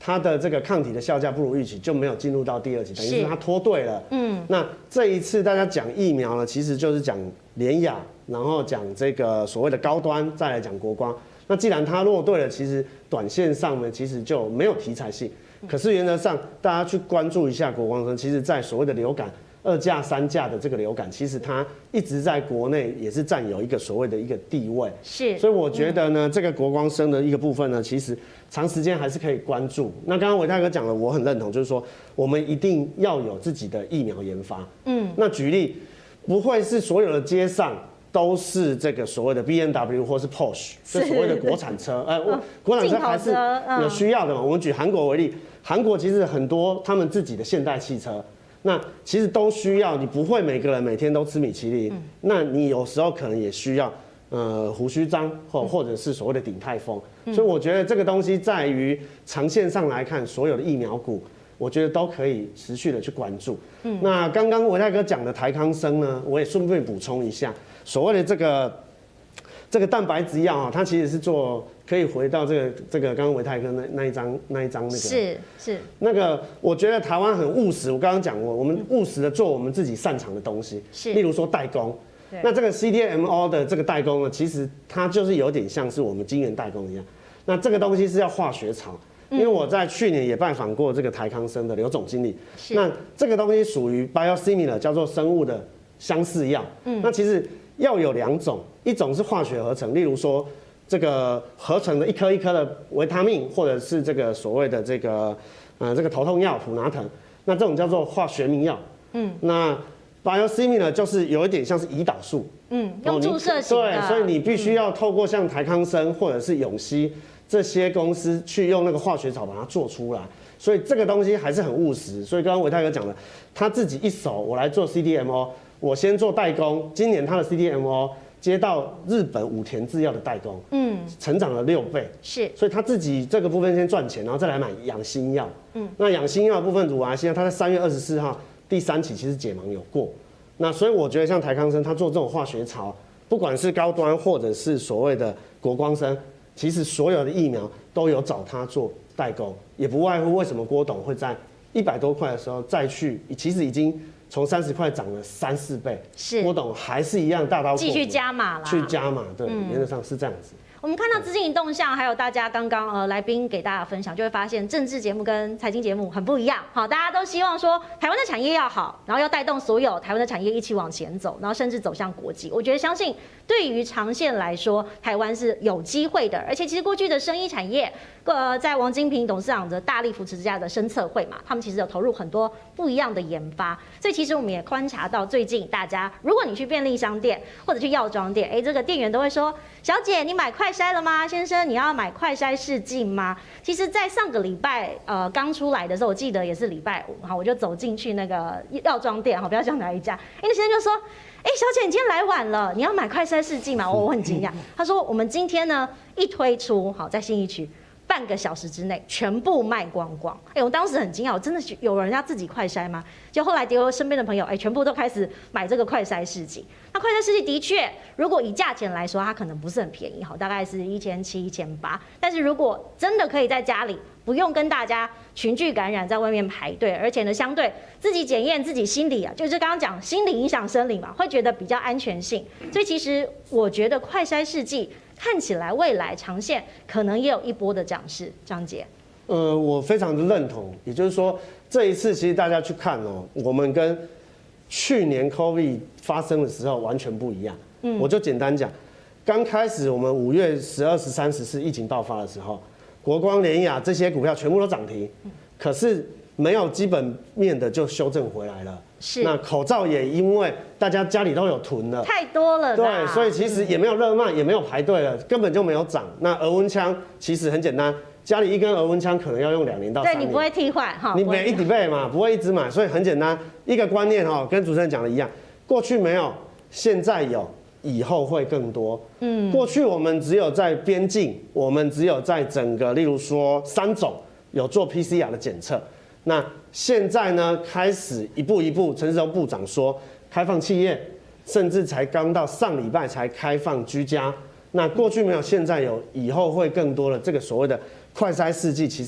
C: 它的这个抗体的效价不如预期，就没有进入到第二期，等于是它脱队了。嗯，那这一次大家讲疫苗呢，其实就是讲联亚，然后讲这个所谓的高端，再来讲国光。那既然它落队了，其实短线上呢，其实就没有题材性。可是原则上，大家去关注一下国光生，其实在所谓的流感二价、三价的这个流感，其实它一直在国内也是占有一个所谓的一个地位。
A: 是，
C: 所以我觉得呢，这个国光生的一个部分呢，其实长时间还是可以关注。那刚刚维泰哥讲了，我很认同，就是说我们一定要有自己的疫苗研发。嗯，那举例，不会是所有的街上都是这个所谓的 B M W 或是 Porsche， 是所谓的国产车。呃，我国产车还是有需要的嘛。我们举韩国为例，韩国其实很多他们自己的现代汽车。那其实都需要，你不会每个人每天都吃米其林，嗯、那你有时候可能也需要，呃，胡须章或或者是所谓的鼎泰丰，嗯、所以我觉得这个东西在于长线上来看，所有的疫苗股，我觉得都可以持续的去关注。嗯、那刚刚维泰哥讲的台康生呢，我也顺便补充一下，所谓的这个这个蛋白质药啊，它其实是做。可以回到这个这个刚刚维泰哥那那一张那一张那个
A: 是是
C: 那个，我觉得台湾很务实。我刚刚讲过，我们务实的做我们自己擅长的东西，是例如说代工。那这个 C D M O 的这个代工呢，其实它就是有点像是我们晶圆代工一样。那这个东西是要化学槽，因为我在去年也拜访过这个台康生的刘总经理。那这个东西属于 biosimilar， 叫做生物的相似药。嗯，那其实药有两种，一种是化学合成，例如说。这个合成的一颗一颗的维他命，或者是这个所谓的这个呃这个头痛药普拿疼，那这种叫做化学名药。嗯，那 biosimilar 就是有一点像是胰岛素。嗯，
A: 用注射型的。
C: 对，所以你必须要透过像台康生或者是永熙这些公司去用那个化学草把它做出来。所以这个东西还是很务实。所以刚刚维泰哥讲的，他自己一手我来做 C D M O， 我先做代工，今年他的 C D M O。接到日本武田制药的代工，嗯，成长了六倍，
A: 是，
C: 所以他自己这个部分先赚钱，然后再来买养心药，嗯，那养心药的部分，乳癌新药，他在三月二十四号第三期其实解盲有过，那所以我觉得像台康生他做这种化学槽，不管是高端或者是所谓的国光生，其实所有的疫苗都有找他做代工，也不外乎为什么郭董会在一百多块的时候再去，其实已经。从三十块涨了三四倍，是郭董还是一样大刀阔斧
A: 继续加码啦，
C: 去加码，对，原则上是这样子。
A: 我们看到资金动向，还有大家刚刚呃来宾给大家分享，就会发现政治节目跟财经节目很不一样。好，大家都希望说台湾的产业要好，然后要带动所有台湾的产业一起往前走，然后甚至走向国际。我觉得相信对于长线来说，台湾是有机会的。而且其实过去的生医产业，呃，在王金平董事长的大力扶持之下的生策会嘛，他们其实有投入很多不一样的研发。所以其实我们也观察到，最近大家如果你去便利商店或者去药妆店，哎，这个店员都会说：“小姐，你买快筛了吗？先生，你要买快筛试剂吗？”其实，在上个礼拜呃刚出来的时候，我记得也是礼拜五，哈，我就走进去那个药妆店，哈，不要讲哪一家，哎，那先生就说：“哎，小姐，你今天来晚了，你要买快筛试剂吗？”我很惊讶，他说：“我们今天呢一推出，好在信义区。”半个小时之内全部卖光光，哎、欸，我当时很惊讶，我真的有人家自己快筛吗？就后来结果身边的朋友，哎、欸，全部都开始买这个快筛试剂。那快筛试剂的确，如果以价钱来说，它可能不是很便宜，好，大概是一千七、一千八。但是如果真的可以在家里，不用跟大家群聚感染，在外面排队，而且呢，相对自己检验自己心理啊，就是刚刚讲心理影响生理嘛，会觉得比较安全性。所以其实我觉得快筛试剂。看起来未来长线可能也有一波的涨势，张姐。
C: 呃，我非常的认同，也就是说，这一次其实大家去看哦，我们跟去年 COVID 发生的时候完全不一样。嗯，我就简单讲，刚开始我们五月十二、十三、十四疫情爆发的时候，国光、联亚这些股票全部都涨停，可是没有基本面的就修正回来了。是，那口罩也因为大家家里都有囤了，
A: 太多了，
C: 对，所以其实也没有热卖，也没有排队了，根本就没有涨。那额温枪其实很简单，家里一根额温枪可能要用两年到三年，
A: 对你不会替换哈，
C: 你每一底倍嘛，不会一直买，所以很简单，一个观念哈，跟主持人讲的一样，过去没有，现在有，以后会更多。嗯，过去我们只有在边境，我们只有在整个，例如说三种有做 P C R 的检测。那现在呢，开始一步一步，陈时中部长说开放企业，甚至才刚到上礼拜才开放居家。那过去没有，现在有，以后会更多了。这个所谓的快筛试剂，其实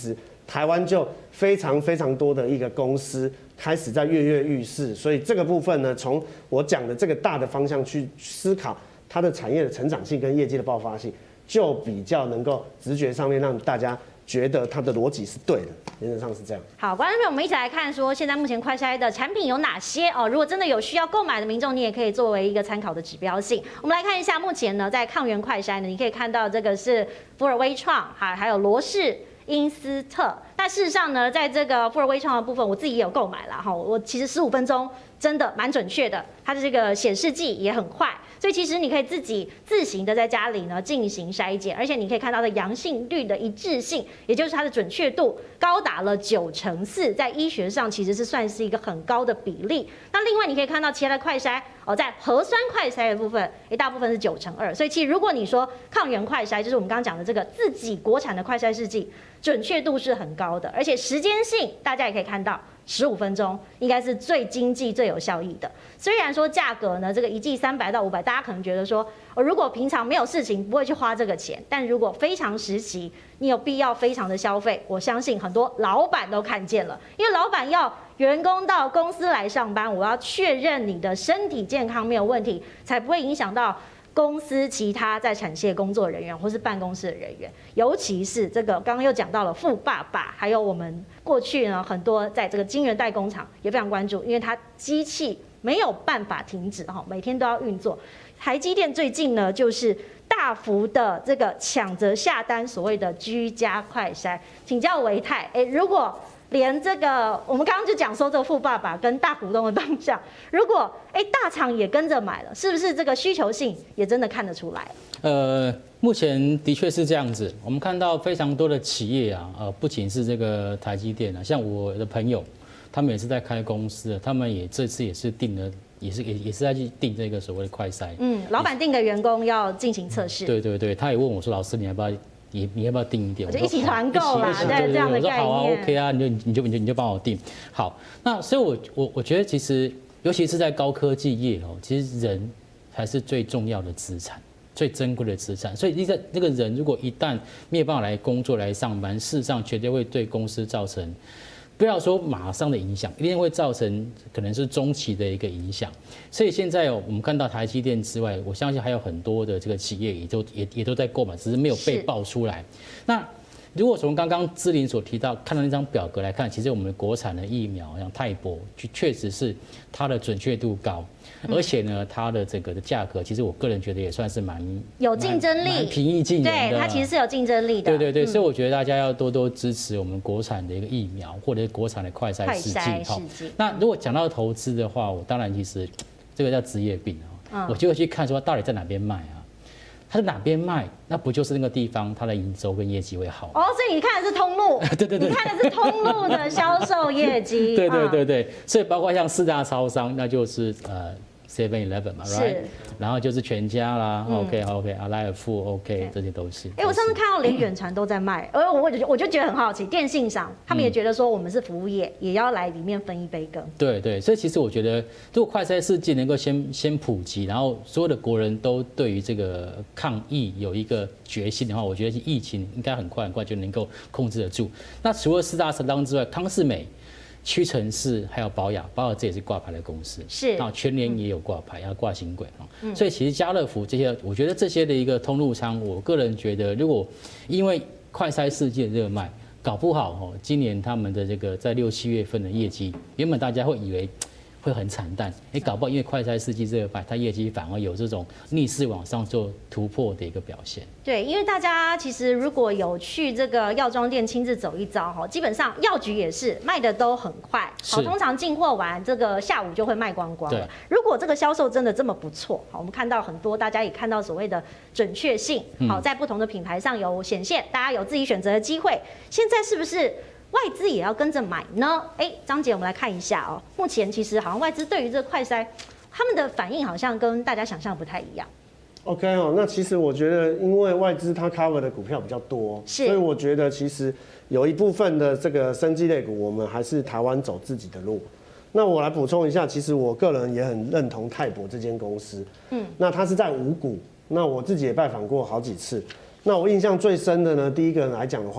C: 台湾就非常非常多的一个公司开始在跃跃欲试，所以这个部分呢，从我讲的这个大的方向去思考它的产业的成长性跟业绩的爆发性，就比较能够直觉上面让大家觉得它的逻辑是对的，原则上是这样。
A: 好，观众朋友，我们一起来看说，现在目前快筛的产品有哪些哦？如果真的有需要购买的民众，你也可以作为一个参考的指标性。我们来看一下，目前呢，在抗原快筛呢，你可以看到这个是福尔微创，还还有罗氏、因斯特。那事实上呢，在这个福尔微创的部分，我自己也有购买了哈。我其实十五分钟真的蛮准确的，它的这个显示剂也很快。所以其实你可以自己自行的在家里呢进行筛检，而且你可以看到的阳性率的一致性，也就是它的准确度高达了九成四，在医学上其实是算是一个很高的比例。那另外你可以看到其他的快筛哦，在核酸快筛的部分，一大部分是九成二。所以其实如果你说抗原快筛，就是我们刚刚讲的这个自己国产的快筛试剂，准确度是很高的，而且时间性大家也可以看到。十五分钟应该是最经济、最有效益的。虽然说价格呢，这个一剂三百到五百，大家可能觉得说，哦，如果平常没有事情，不会去花这个钱。但如果非常时期，你有必要非常的消费，我相信很多老板都看见了，因为老板要员工到公司来上班，我要确认你的身体健康没有问题，才不会影响到公司其他在产线工作人员或是办公室的人员，尤其是这个刚刚又讲到了富爸爸，还有我们过去呢很多在这个晶圆代工厂也非常关注，因为它机器没有办法停止哈，每天都要运作。台积电最近呢就是大幅的这个抢着下单所谓的居家快筛，请教唯泰，哎，如果连这个我们刚刚就讲说这个富爸爸跟大股东的动向，如果哎大厂也跟着买了，是不是这个需求性也真的看得出来？
B: 呃，目前的确是这样子，我们看到非常多的企业啊，呃，不仅是这个台积电啊，像我的朋友，他们也是在开公司，他们也这次也是定了，也是也也是在去定这个所谓的快筛。嗯，
A: 老板定给员工要进行测试。
B: 对对对，他也问我说，老师你要不要？你你要不要订一点？
A: 我就一起团购啦，对这样的概念。
B: 我说好啊 ，OK 啊，你就你就你就你就帮我订。好，那所以我我我觉得其实尤其是在高科技业哦，其实人才是最重要的资产，最珍贵的资产。所以那个那个人如果一旦没有办法来工作来上班，事实上绝对会对公司造成。不要说马上的影响，一定会造成可能是中期的一个影响。所以现在我们看到台积电之外，我相信还有很多的这个企业也都也也都在购买，只是没有被爆出来。那如果从刚刚芝绫所提到看到那张表格来看，其实我们国产的疫苗像泰博，确实是它的准确度高，而且呢，它的这个的价格，其实我个人觉得也算是蛮
A: 有竞争力、
B: 平易近人的。
A: 对，它其实是有竞争力的。
B: 对对对，嗯、所以我觉得大家要多多支持我们国产的一个疫苗，或者是国产的快筛试剂。好，那如果讲到投资的话，我当然其实这个叫职业病啊，嗯、我就会去看说到底在哪边卖啊。它在哪边卖，那不就是那个地方它的营收跟业绩会好？
A: 哦，所以你看的是通路，
B: 对对对，
A: 你看的是通路的销售业绩。
B: 对对对对，所以包括像四大超商，那就是呃 Seven Eleven 嘛 ，right？ 然后就是全家啦、嗯、，OK OK， 阿莱尔富 OK， 这些都是。
A: 哎、欸，我上次看到连远传都在卖，而我我我就觉得很好奇，电信商他们也觉得说我们是服务业，也要来里面分一杯羹。
B: 对对，所以其实我觉得，如果快筛试剂能够先先普及，然后所有的国人都对于这个抗疫有一个决心的话，我觉得疫情应该很快很快就能够控制得住。那除了四大超商之外，康是美。屈臣氏还有宝雅，宝雅这也是挂牌的公司，
A: 是，
B: 那全联也有挂牌，要挂新轨啊，嗯、所以其实家乐福这些，我觉得这些的一个通路商，我个人觉得，如果因为快筛世界热卖，搞不好哦，今年他们的这个在六七月份的业绩，原本大家会以为会很惨淡，哎，搞不好因为快筛世纪热卖，它业绩反而有这种逆势往上做突破的一个表现。
A: 对，因为大家其实如果有去这个药妆店亲自走一遭哈，基本上药局也是卖的都很快，好，通常进货完这个下午就会卖光光了。如果这个销售真的这么不错，好，我们看到很多大家也看到所谓的准确性，好，在不同的品牌上有显现，大家有自己选择的机会。现在是不是？外资也要跟着买呢？哎，张姐，我们来看一下哦。目前其实好像外资对于这个快筛，他们的反应好像跟大家想象不太一样。
C: OK 哦，那其实我觉得，因为外资它 cover 的股票比较多，所以我觉得其实有一部分的这个生技类股，我们还是台湾走自己的路。那我来补充一下，其实我个人也很认同泰博这间公司。嗯，那它是在五股，那我自己也拜访过好几次。那我印象最深的呢，第一个来讲的话。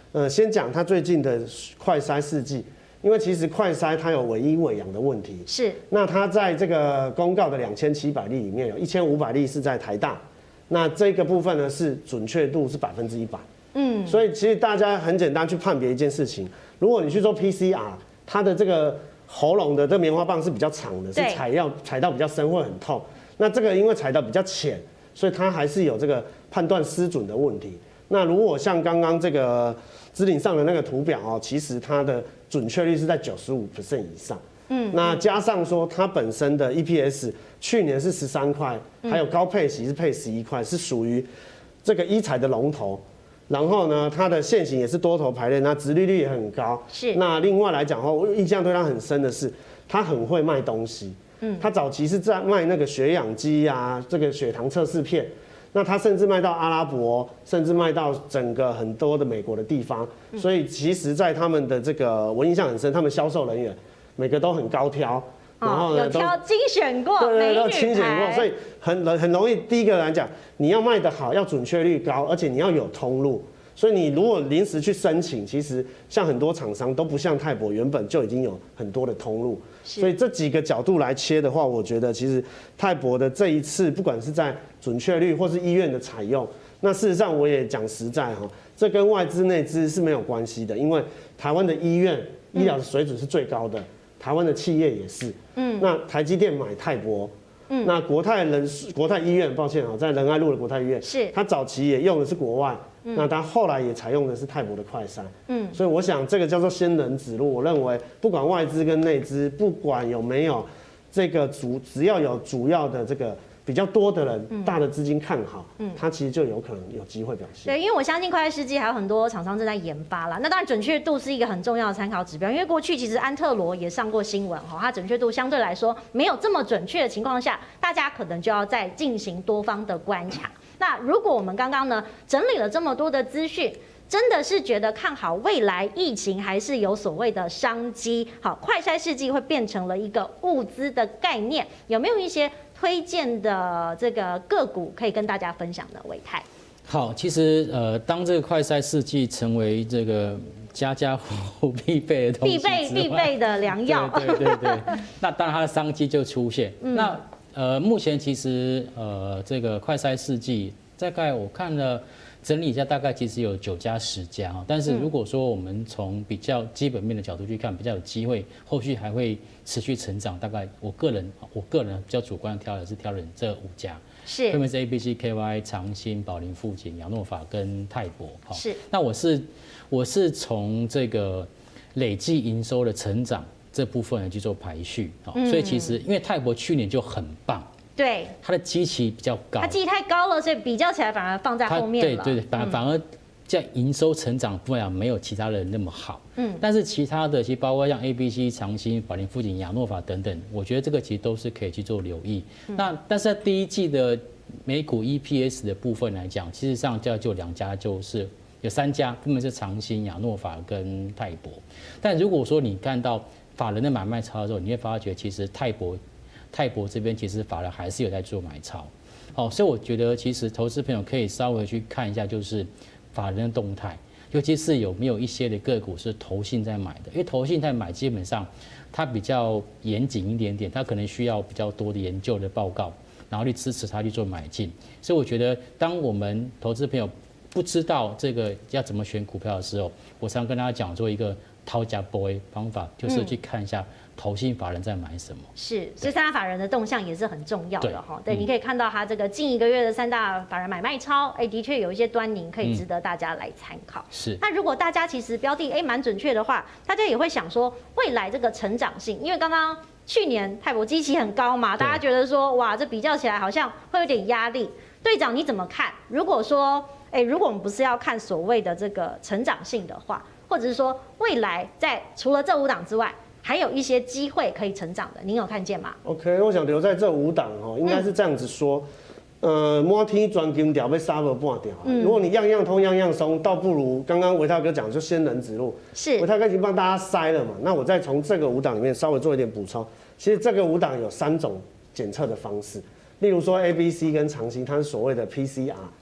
C: 呃，先讲它最近的快筛试剂，因为其实快筛它有伪阴伪阳的问题。
A: 是。
C: 那它在这个公告的两千七百例里面，有一千五百例是在台大，那这个部分呢是准确度是百分之一百。嗯。所以其实大家很简单去判别一件事情，如果你去做 P C R， 它的这个喉咙的这个棉花棒是比较长的，是踩要踩到比较深会很痛。那这个因为踩到比较浅，所以它还是有这个判断失准的问题。那如果像刚刚这个支领上的那个图表哦，其实它的准确率是在九十五 percent 以上。嗯，那加上说它本身的 E P S 去年是十三块，还有高配息是配十一块，是属于这个医材的龙头。然后呢，它的线型也是多头排列，那殖利率也很高。
A: 是。那
C: 另外来讲的话，我印象对它很深的是，它很会卖东西。嗯。它早期是在卖那个血氧机啊，这个血糖测试片。那它甚至卖到阿拉伯，甚至卖到整个很多的美国的地方。所以其实，在他们的这个我印象很深，他们销售人员每个都很高挑。然后呢，
A: 有挑精选过，
C: 对对对，
A: 精
C: 选过，所以很很容易。第一个来讲，你要卖得好，要准确率高，而且你要有通路。所以你如果临时去申请，其实像很多厂商都不像泰博原本就已经有很多的通路。所以这几个角度来切的话，我觉得其实泰博的这一次，不管是在准确率或是医院的采用，那事实上我也讲实在哈，这跟外资内资是没有关系的，因为台湾的医院医疗的水准是最高的。台湾的企业也是，嗯，那台积电买泰博，嗯，那国泰人国泰医院，抱歉啊，在仁爱路的国泰医院，
A: 是，
C: 它早期也用的是国外，嗯、那它后来也采用的是泰博的快筛，嗯，所以我想这个叫做仙人指路。我认为不管外资跟内资，不管有没有这个主，只要有主要的这个比较多的人，嗯、大的资金看好，嗯，它其实就有可能有机会表现。
A: 对，因为我相信快筛试剂还有很多厂商正在研发啦。那当然准确度是一个很重要的参考指标，因为过去其实安特罗也上过新闻哈，它准确度相对来说没有这么准确的情况下，大家可能就要再进行多方的观察。那如果我们刚刚呢整理了这么多的资讯，真的是觉得看好未来疫情还是有所谓的商机，好，快筛试剂会变成了一个物资的概念，有没有一些推荐的这个个股可以跟大家分享的？伟泰。
B: 好，其实呃，当这个快筛试剂成为这个家家户户必备的东西，
A: 必备必备的良药，
B: 对对对对，那当然它的商机就出现。嗯、那呃，目前其实呃，这个快筛试剂大概我看了整理一下，大概其实有九家十家哈。但是如果说我们从比较基本面的角度去看，比较有机会，后续还会持续成长。大概我个人我个人比较主观挑的是挑了这五家。
A: 是，
B: 分别是 A B C K Y、长兴、宝林、富锦、亚诺法跟泰博。
A: 是，
B: 那我是我是从这个累计营收的成长这部分去做排序。嗯、所以其实因为泰博去年就很棒，
A: 对，
B: 它的基期比较高，
A: 它基期太高了，所以比较起来反而放在后面了。
B: 对对，反、嗯、反而在营收成长部分啊，没有其他人那么好。嗯，但是其他的其实包括像 A B C、长兴、宝林、富锦、亚诺法等等，我觉得这个其实都是可以去做留意。嗯、那但是在第一季的每股 E P S 的部分来讲，其实上就就两家，就是有三家，分别是长兴、亚诺法跟泰博。但如果说你看到法人的买卖超的时候，你会发觉其实泰博泰博这边其实法人还是有在做买超。好，所以我觉得其实投资朋友可以稍微去看一下，就是法人的动态，尤其是有没有一些的个股是投信在买的，因为投信在买基本上它比较严谨一点点，它可能需要比较多的研究的报告，然后去支持它去做买进。所以我觉得当我们投资朋友不知道这个要怎么选股票的时候，我常跟大家讲做一个掏假 boy 方法，就是去看一下投信法人在买什么。
A: 是，所以三大法人的动向也是很重要的哈。对，你可以看到它这个近一个月的三大法人买卖超，哎，的确有一些端倪可以值得大家来参考。
B: 是。
A: 那如果大家其实标的哎蛮准确的话，大家也会想说未来这个成长性，因为刚刚去年泰博基期很高嘛，大家觉得说哇，这比较起来好像会有点压力。队长你怎么看？如果说哎，如果我们不是要看所谓的这个成长性的话，或者是说未来在除了这五档之外，还有一些机会可以成长的，您有看见吗
C: ？OK， 我想留在这五档哦，应该是这样子说，嗯、呃，摸天钻金条被杀了半条。嗯、如果你样样通样样松，倒不如刚刚维泰哥讲就仙人指路。
A: 是，
C: 维泰哥已经帮大家筛了嘛，那我再从这个五档里面稍微做一点补充。其实这个五档有三种检测的方式，例如说 A B C 跟长兴，它是所谓的 P C R。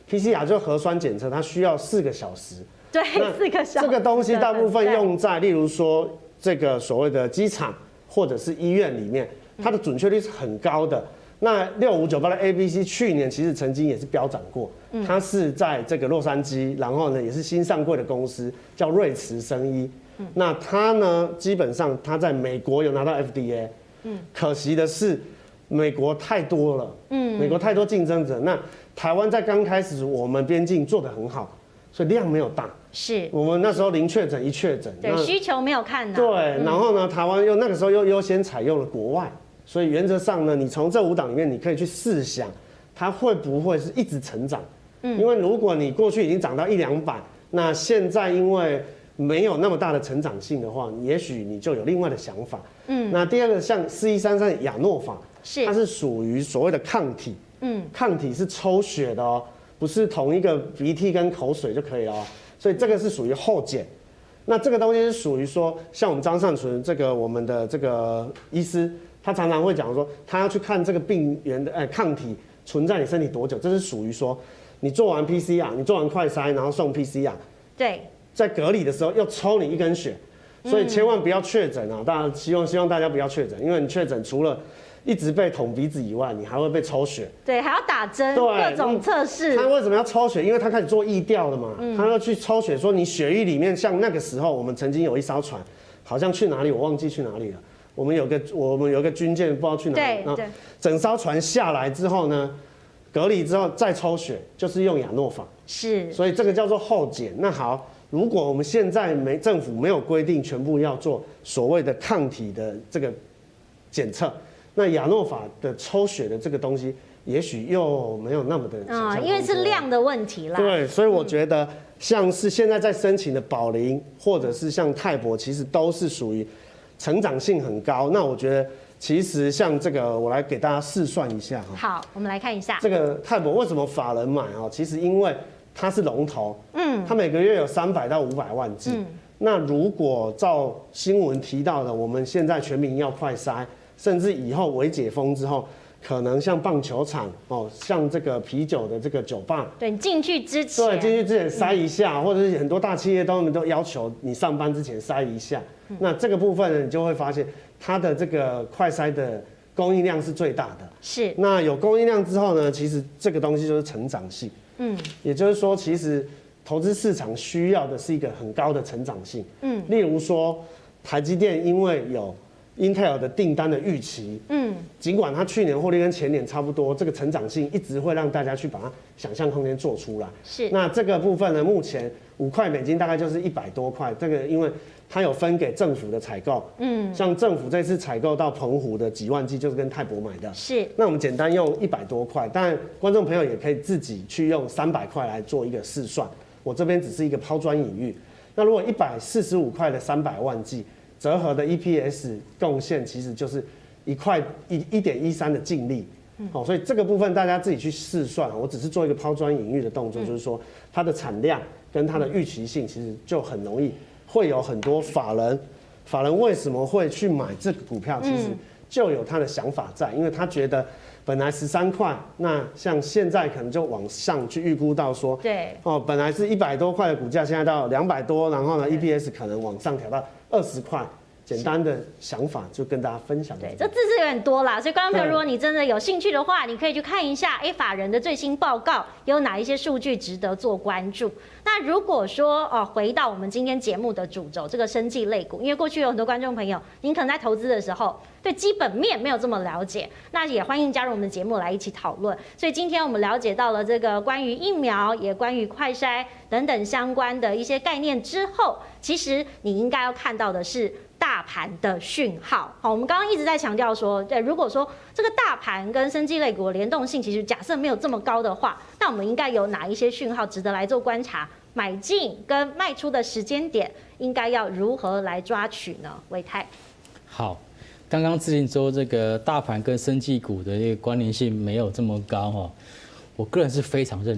C: P C R 就核酸检测，它需要四个小时。
A: 对，四个小时。
C: 这个东西大部分用在，例如说这个所谓的机场或者是医院里面，它的准确率是很高的。那六五九八的 A B C 去年其实曾经也是飙涨过，它是在这个洛杉矶，然后呢也是新上柜的公司叫瑞慈生医。那它呢基本上它在美国有拿到 F D A， 可惜的是美国太多了，美国太多竞争者。那台湾在刚开始我们边境做得很好，所以量没有大。
A: 是
C: 我们那时候零确诊一确诊，
A: 对需求没有看到。
C: 对，然后呢台湾又那个时候又优先采用了国外。所以原则上呢，你从这五档里面，你可以去试想，它会不会是一直成长？嗯，因为如果你过去已经涨到一两百，那现在因为没有那么大的成长性的话，也许你就有另外的想法。嗯，那第二个像四一三三亚诺法，是它是属于所谓的抗体，嗯，抗体是抽血的哦，不是同一个鼻涕跟口水就可以了哦，所以这个是属于后检。那这个东西是属于说，像我们张善存这个我们的这个医师。他常常会讲说，他要去看这个病原的呃抗体存在你身体多久，这是属于说，你做完 P C R， 你做完快筛，然后送 P C R，
A: 对，
C: 在隔离的时候又抽你一根血，所以千万不要确诊啊！大家希望希望大家不要确诊，因为你确诊除了一直被捅鼻子以外，你还会被抽血，
A: 对，还要打针，各种测试。
C: 他为什么要抽血？因为他开始做疫调了嘛，嗯、他要去抽血，说你血液里面，像那个时候我们曾经有一艘船，好像去哪里，我忘记去哪里了。我们有个我们有个军舰不知道去哪里，
A: 对，
C: 整艘船下来之后呢，隔离之后再抽血，就是用亚诺法，
A: 是，
C: 所以这个叫做后检。那好，如果我们现在没政府没有规定全部要做所谓的抗体的这个检测，那亚诺法的抽血的这个东西，也许又没有那么的
A: 啊、嗯，因为是量的问题啦。
C: 对，所以我觉得像是现在在申请的宝林，或者是像泰博，其实都是属于。成长性很高，那我觉得其实像这个，我来给大家试算一下哈。
A: 好，我们来看一下
C: 这个泰博为什么法人买啊？其实因为它是龙头，嗯，它每个月有三百到五百万剂。嗯，那如果照新闻提到的，我们现在全民要快筛，甚至以后微解封之后，可能像棒球场哦，像这个啤酒的这个酒吧，
A: 对，进去之前，
C: 对，进去之前筛一下，嗯、或者是很多大企业都都要求你上班之前筛一下。那这个部分呢，你就会发现它的这个快筛的供应量是最大的。
A: 是。那
C: 有供应量之后呢，其实这个东西就是成长性。嗯。也就是说，其实投资市场需要的是一个很高的成长性。嗯。例如说，台积电因为有 Intel 的订单的预期，嗯，尽管它去年获利跟前年差不多，这个成长性一直会让大家去把它想象空间做出来。
A: 是。
C: 那这个部分呢，目前五块美金大概就是一百多块，这个因为。它有分给政府的采购，嗯，像政府这次采购到澎湖的几万剂就是跟泰博买的，
A: 是。
C: 那我们简单用一百多块，但观众朋友也可以自己去用三百块来做一个试算，我这边只是一个抛砖引玉。那如果一百四十五块的三百万剂，折合的 E P S 贡献其实就是一块一一点一三的净利，好，所以这个部分大家自己去试算，我只是做一个抛砖引玉的动作，就是说它的产量跟它的预期性其实就很容易。会有很多法人，法人为什么会去买这个股票？其实就有他的想法在，因为他觉得本来十三块，那像现在可能就往上去预估到说，
A: 对，
C: 哦，本来是一百多块的股价，现在到两百多，然后呢 E P S 可能往上调到二十块。简单的想法就跟大家分享。
A: 对，这字是有点多啦，所以观众朋友，如果你真的有兴趣的话，你可以去看一下，哎，法人的最新报告有哪一些数据值得做关注。那如果说，哦，回到我们今天节目的主轴，这个生技类股，因为过去有很多观众朋友，您可能在投资的时候对基本面没有这么了解，那也欢迎加入我们的节目来一起讨论。所以今天我们了解到了这个关于疫苗，也关于快筛等等相关的一些概念之后，其实你应该要看到的是大盘的讯号。好，我们刚刚一直在强调说，对，如果说这个大盘跟生技类股的联动性，其实假设没有这么高的话，那我们应该有哪一些讯号值得来做观察？买进跟卖出的时间点应该要如何来抓取呢？维泰，
B: 好，刚刚志玲说这个大盘跟生技股的这个关联性没有这么高哈，我个人是非常认同。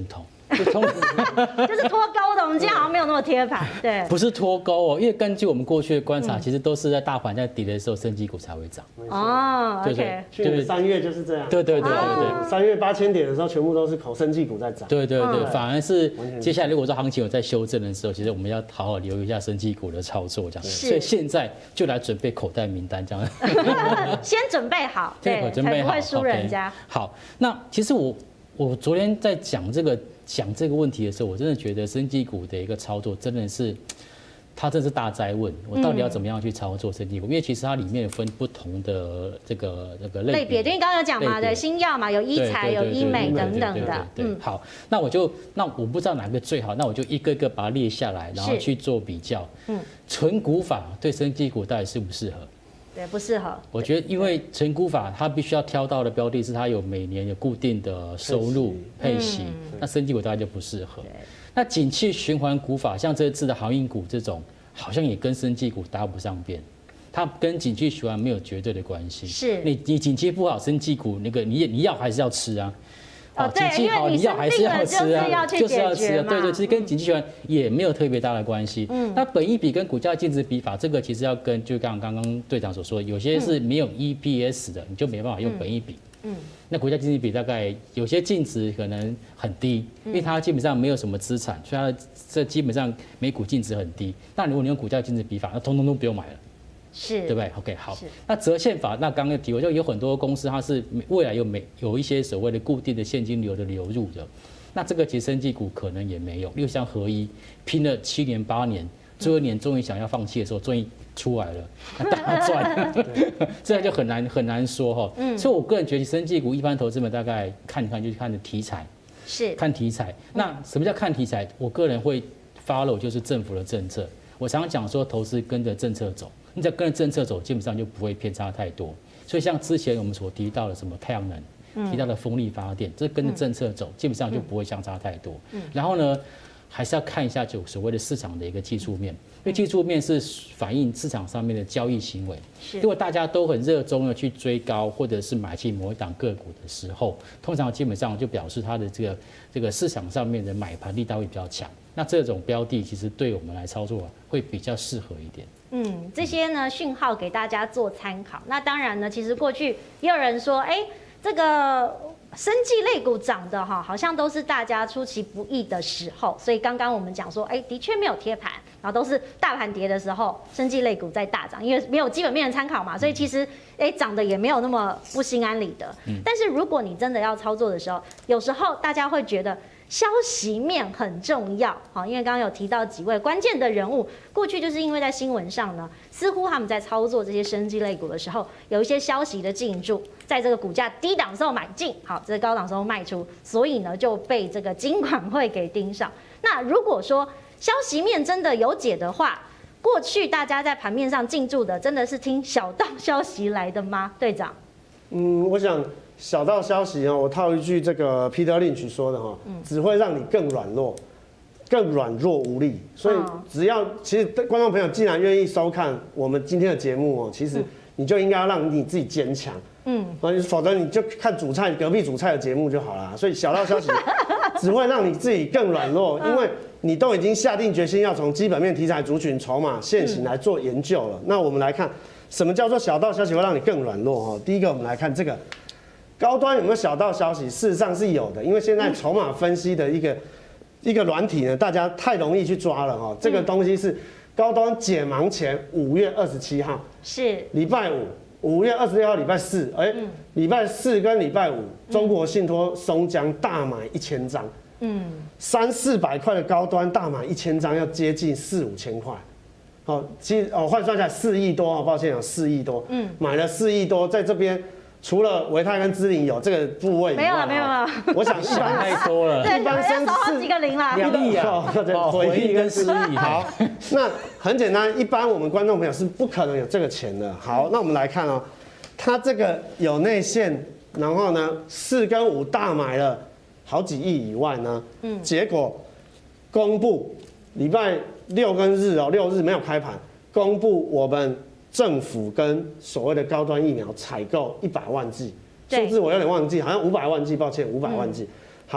A: 就是脱钩的。我们今天好像没有那么贴盘，对，
B: 不是脱钩哦，因为根据我们过去的观察，其实都是在大盘在跌的时候，生技股才会涨。
A: 哦 ，OK，
C: 去年三月就是这样。
B: 对对对对对，
C: 三月八千点的时候，全部都是口生技股在涨。
B: 对对对，反而是接下来如果说行情有在修正的时候，其实我们要好好留意一下生技股的操作，这样。所以现在就来准备口袋名单，这样。
A: 先准备好，对，
B: 准备好，
A: 才不会输人家。
B: 好，那其实我我昨天在讲这个讲这个问题的时候，我真的觉得生技股的一个操作真的是，它真是大哉问。我到底要怎么样去操作生技股？因为其实它里面分不同的这个这个类别，
A: 因为刚刚有讲嘛，对，新药嘛，有医材、有医美等等的。
B: 嗯，好，那我就那我不知道哪个最好，那我就一个个把它列下来，然后去做比较。嗯，纯股法对生技股到底适不适合？
A: 对，不适合。
B: 我觉得，因为存股法，它必须要挑到的标的是它有每年有固定的收入配息，那生技股大概就不适合。那景气循环股法，像这次的航运股这种，好像也跟生技股搭不上边。它跟景气循环没有绝对的关系。
A: 是，
B: 你你景气不好，生技股那个你你要还是要吃啊？
A: 哦，对，因为你
B: 要还是要吃
A: 啊，
B: 就是要吃啊，对对，其实跟景气循环也没有特别大的关系。嗯，那本益比跟股价净值比法，这个其实要跟就刚刚刚队长所说，有些是没有 E P S 的，你就没办法用本益比。嗯，那股价净值比大概有些净值可能很低，因为它基本上没有什么资产，所以它这基本上每股净值很低。那如果你用股价净值比法，那通通都不用买了。
A: 是，
B: 对不对 ？OK， 好。那折现法，那刚刚提，我就有很多公司，它是未来有每有一些所谓的固定的现金流的流入的，那这个其实生技股可能也没有。例如像合一，拼了七年八年，最后一年终于想要放弃的时候，终于出来了，大赚，这就很难很难说哈。嗯，所以我个人觉得生技股一般投资们大概看一看就是看的题材，
A: 是
B: 看题材。那什么叫看题材？我个人会 follow 就是政府的政策。我常常讲说，投资跟着政策走。你只要跟着政策走，基本上就不会偏差太多。所以像之前我们所提到的什么太阳能，提到的风力发电，这跟着政策走，基本上就不会相差太多。然后呢，还是要看一下就所谓的市场的一个技术面，因为技术面是反映市场上面的交易行为。如果大家都很热衷的去追高或者是买进某一档个股的时候，通常基本上就表示它的这个这个市场上面的买盘力道会比较强。那这种标的其实对我们来操作会比较适合一点。
A: 嗯，这些呢讯号给大家做参考。那当然呢，其实过去也有人说，哎，这个生技类股涨的哈，好像都是大家出其不意的时候。所以刚刚我们讲说，哎，的确没有贴盘，然后都是大盘跌的时候，生技类股在大涨，因为没有基本面的参考嘛，所以其实哎涨的也没有那么不心安理得。但是如果你真的要操作的时候，有时候大家会觉得消息面很重要，好，因为刚刚有提到几位关键的人物，过去就是因为在新闻上呢，似乎他们在操作这些生技类股的时候，有一些消息的进驻，在这个股价低档时候买进，好，这个高档时候卖出，所以呢就被这个金管会给盯上。那如果说消息面真的有解的话，过去大家在盘面上进驻的，真的是听小道消息来的吗，队长？
C: 嗯，我想。小道消息哦，我套一句这个 Peter Lynch 说的哈，只会让你更软弱，更软弱无力。所以只要其实观众朋友既然愿意收看我们今天的节目哦，其实你就应该要让你自己坚强，嗯，否则你就看主菜隔壁主菜的节目就好了。所以小道消息只会让你自己更软弱，因为你都已经下定决心要从基本面、题材、族群、筹码、现行来做研究了。那我们来看什么叫做小道消息会让你更软弱哈？第一个，我们来看这个。高端有没有小道消息？事实上是有的，因为现在筹码分析的一个一个软体呢，大家太容易去抓了哈。这个东西是高端解盲前五月二十七号，
A: 是
C: 礼拜五，五月二十六号礼拜四，哎，礼拜四跟礼拜五，中国信托松江大买一千张，嗯，三四百块的高端大买一千张，要接近四五千块。好，其实哦换算下来四亿多啊，抱歉啊，四亿多，嗯，买了四亿多，在这边。除了维泰跟芝林有这个部位以外，
A: 没有了，没有了。
C: 我想一般
B: 太多了，
A: 一般生少好几个零啦，
B: 两亿啊，
C: 回忆跟失忆。好，那很简单，一般我们观众朋友是不可能有这个钱的。好，那我们来看哦，它这个有内线，然后呢四跟五大买了好几亿以外呢，嗯，结果公布礼拜六跟日哦，六日没有开盘，公布我们。政府跟所谓的高端疫苗采购一百万剂，数字我有点忘记，好像五百万剂，抱歉，五百万剂。好，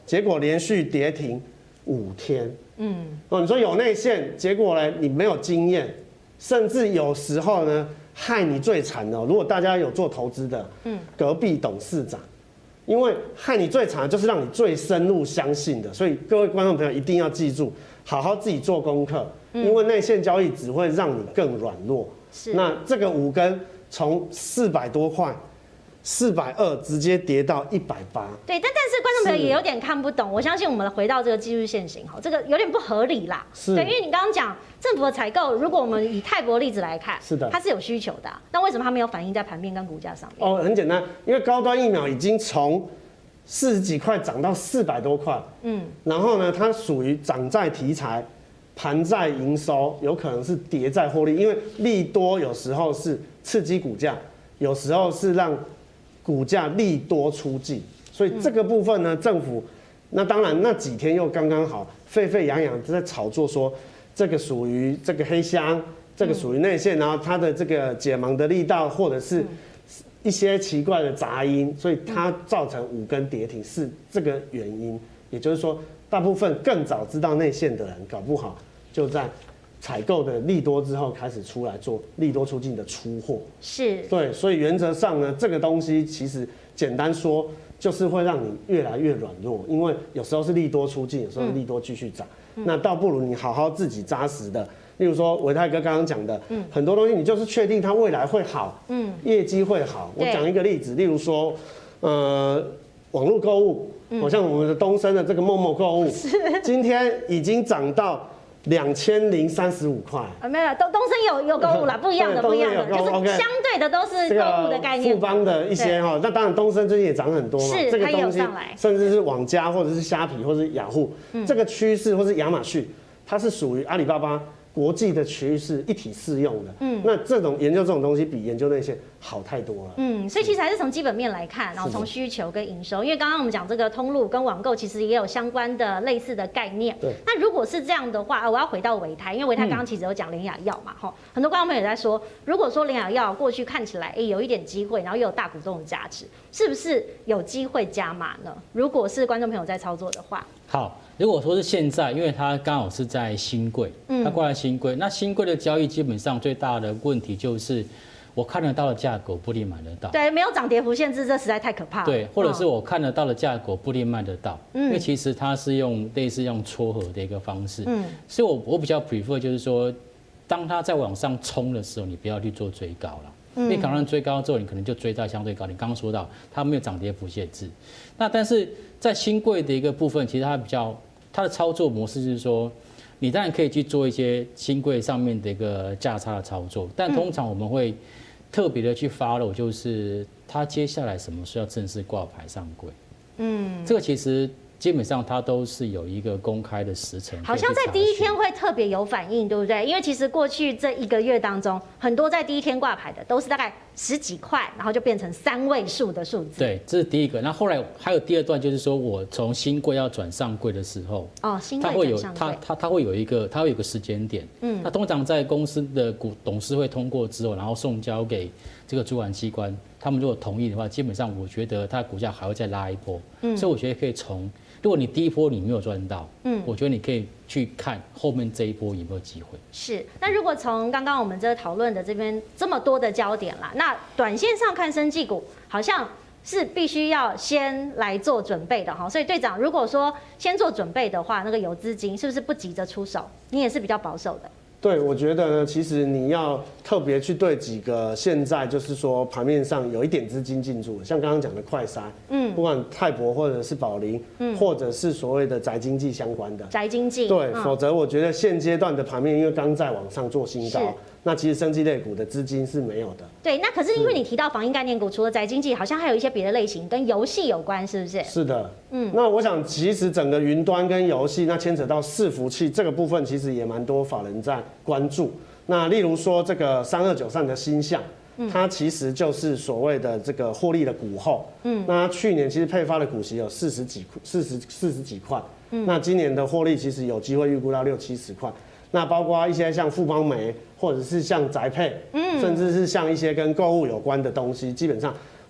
C: 结果连续跌停五天。嗯，哦，你说有内线，结果呢你没有经验，甚至有时候呢害你最惨的。如果大家有做投资的，嗯，隔壁董事长。因为害你最惨的就是让你最深入相信的，所以各位观众朋友一定要记住，好好自己做功课，因为内线交易只会让你更软弱。是，那这个五根从四百多块。四百二直接跌到一百八，
A: 对，但但是观众朋友也有点看不懂。我相信我们回到这个技术线型，哈，这个有点不合理啦。是，对，因为你刚刚讲政府的采购，如果我们以泰博例子来看，是的，它是有需求的、啊，那为什么它没有反映在盘面跟股价上面？
C: 哦，很简单，因为高端疫苗已经从四十几块涨到四百多块，嗯，然后呢，它属于涨在题材，盘在营收，有可能是跌在获利，因为利多有时候是刺激股价，有时候是让股价利多出尽，所以这个部分呢，政府那当然那几天又刚刚好沸沸扬扬在炒作说这个属于这个黑箱，这个属于内线，然后它的这个解盲的力道或者是一些奇怪的杂音，所以它造成五根跌停是这个原因。也就是说，大部分更早知道内线的人，搞不好就在采购的利多之后开始出来做利多出尽的出货，
A: 是对，
C: 所以原则上呢，这个东西其实简单说就是会让你越来越软弱，因为有时候是利多出尽，有时候是利多继续涨，嗯、那倒不如你好好自己扎实的，例如说维泰哥刚刚讲的，嗯、很多东西你就是确定它未来会好，嗯，业绩会好。我讲一个例子，例如说，呃，网络购物，好、嗯、像我们的东森的这个陌陌购物，今天已经涨到两千零三十五块
A: 啊，没有，东东森有有购物啦，不一样的，不一样的，就是相对的都是购物的概念。
C: 富邦的一些哈，那当然东森最近也涨很多嘛，
A: 是
C: 这个东西，甚至是网家或者是虾皮或者是雅虎，嗯、这个趋势或是亚马逊，它是属于阿里巴巴国际的趋势一体适用的。嗯，那这种研究这种东西比研究那些好太多了。
A: 嗯，所以其实还是从基本面来看，然后从需求跟营收，因为刚刚我们讲这个通路跟网购其实也有相关的类似的概念。对。那如果是这样的话，我要回到维泰，因为维泰刚刚其实有讲联亚药嘛，哈、嗯，很多观众朋友也在说，如果说联亚药过去看起来，哎，有一点机会，然后又有大股东的价值，是不是有机会加码呢？如果是观众朋友在操作的话，
B: 好。如果说是现在，因为它刚好是在新贵，它挂在新贵，那新贵的交易基本上最大的问题就是，我看得到的价格不一定买得到。
A: 对，没有涨跌幅限制，这实在太可怕了。
B: 对，或者是我看得到的价格不一定卖得到，嗯、因为其实它是用类似用撮合的一个方式。嗯，所以我我比较 prefer 就是说，当它在往上冲的时候，你不要去做追高了。因为可能追高之后，你可能就追到相对高。你刚刚说到它没有涨跌幅限制，那但是在新贵的一个部分，其实它比较它的操作模式就是说，你当然可以去做一些新贵上面的一个价差的操作，但通常我们会特别的去 follow， 就是它接下来什么时候要正式挂牌上柜。嗯，这个其实基本上它都是有一个公开的时程，
A: 好像在第一天会特别有反应，对不对？因为其实过去这一个月当中，很多在第一天挂牌的都是大概十几块，然后就变成三位数的数字。
B: 对，这是第一个。那后来还有第二段，就是说我从新柜要转上柜的时候，
A: 哦，新
B: 柜它会有它它它会有一个它会有一个时间点。嗯，那通常在公司的股董事会通过之后，然后送交给这个主管机关，他们如果同意的话，基本上我觉得它的股价还会再拉一波。嗯，所以我觉得可以从。如果你第一波你没有赚到，嗯，我觉得你可以去看后面这一波有没有机会。
A: 是，那如果从刚刚我们这讨论的这边这么多的焦点啦，那短线上看生技股好像是必须要先来做准备的哈。所以队长，如果说先做准备的话，那个有资金是不是不急着出手？你也是比较保守的。
C: 对，我觉得呢，其实你要特别去对几个现在就是说盘面上有一点资金进驻，像刚刚讲的快筛，嗯，不管泰博或者是宝林，嗯，或者是所谓的宅经济相关的
A: 宅经济，
C: 对，嗯、否则我觉得现阶段的盘面因为刚在往上做新高，那其实生技类股的资金是没有的。
A: 对，那可是因为你提到防疫概念股，除了宅经济，好像还有一些别的类型跟游戏有关，是不是？
C: 是的，嗯，那我想其实整个云端跟游戏，那牵扯到伺服器这个部分，其实也蛮多法人在关注。那例如说这个三二九上的星象，它其实就是所谓的这个获利的股后，嗯，那它去年其实配发的股息有四十几四十四十几块，嗯，那今年的获利其实有机会预估到六七十块。那包括一些像富邦媒，或者是像宅配，嗯，甚至是像一些跟购物有关的东西，基本上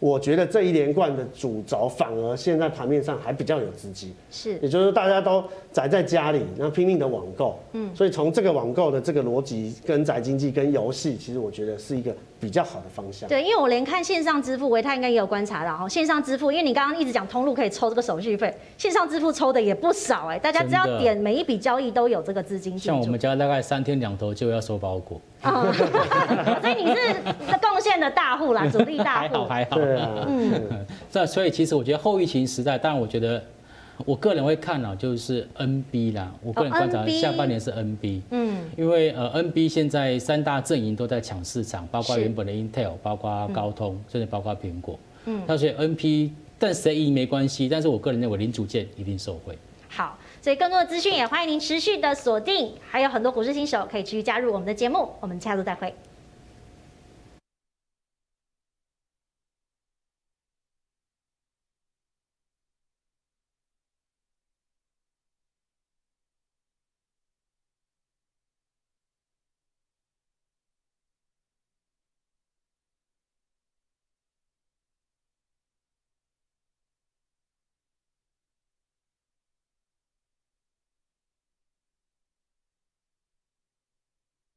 C: 我觉得这一连贯的主轴反而现在盘面上还比较有资金，
A: 是，
C: 也就是大家都宅在家里，然后拼命的网购，嗯，所以从这个网购的这个逻辑跟宅经济跟游戏，其实我觉得是一个比较好的方向。
A: 对，因为我连看线上支付，维泰应该也有观察到哈，线上支付，因为你刚刚一直讲通路可以抽这个手续费，线上支付抽的也不少哎、欸，大家只要点每一笔交易都有这个资金进驻。
B: 像我们家大概三天两头就要收包裹。
A: 嗯，所以你是贡献的大户啦，主力大户。
B: 还好还好。
C: 对啊，嗯，
B: 这所以其实我觉得后疫情时代，当然我觉得我个人会看啊，就是 N B 啦，我个人观察下半年是 N B， 嗯，因为呃 N B 现在三大阵营都在抢市场，包括原本的 Intel， 包括高通，甚至包括苹果，嗯，那所以 N B 但谁赢没关系，但是我个人认为零组件一定受惠。
A: 好，所以更多的资讯也欢迎您持续的锁定，还有很多股市新手可以持续加入我们的节目，我们下周再会。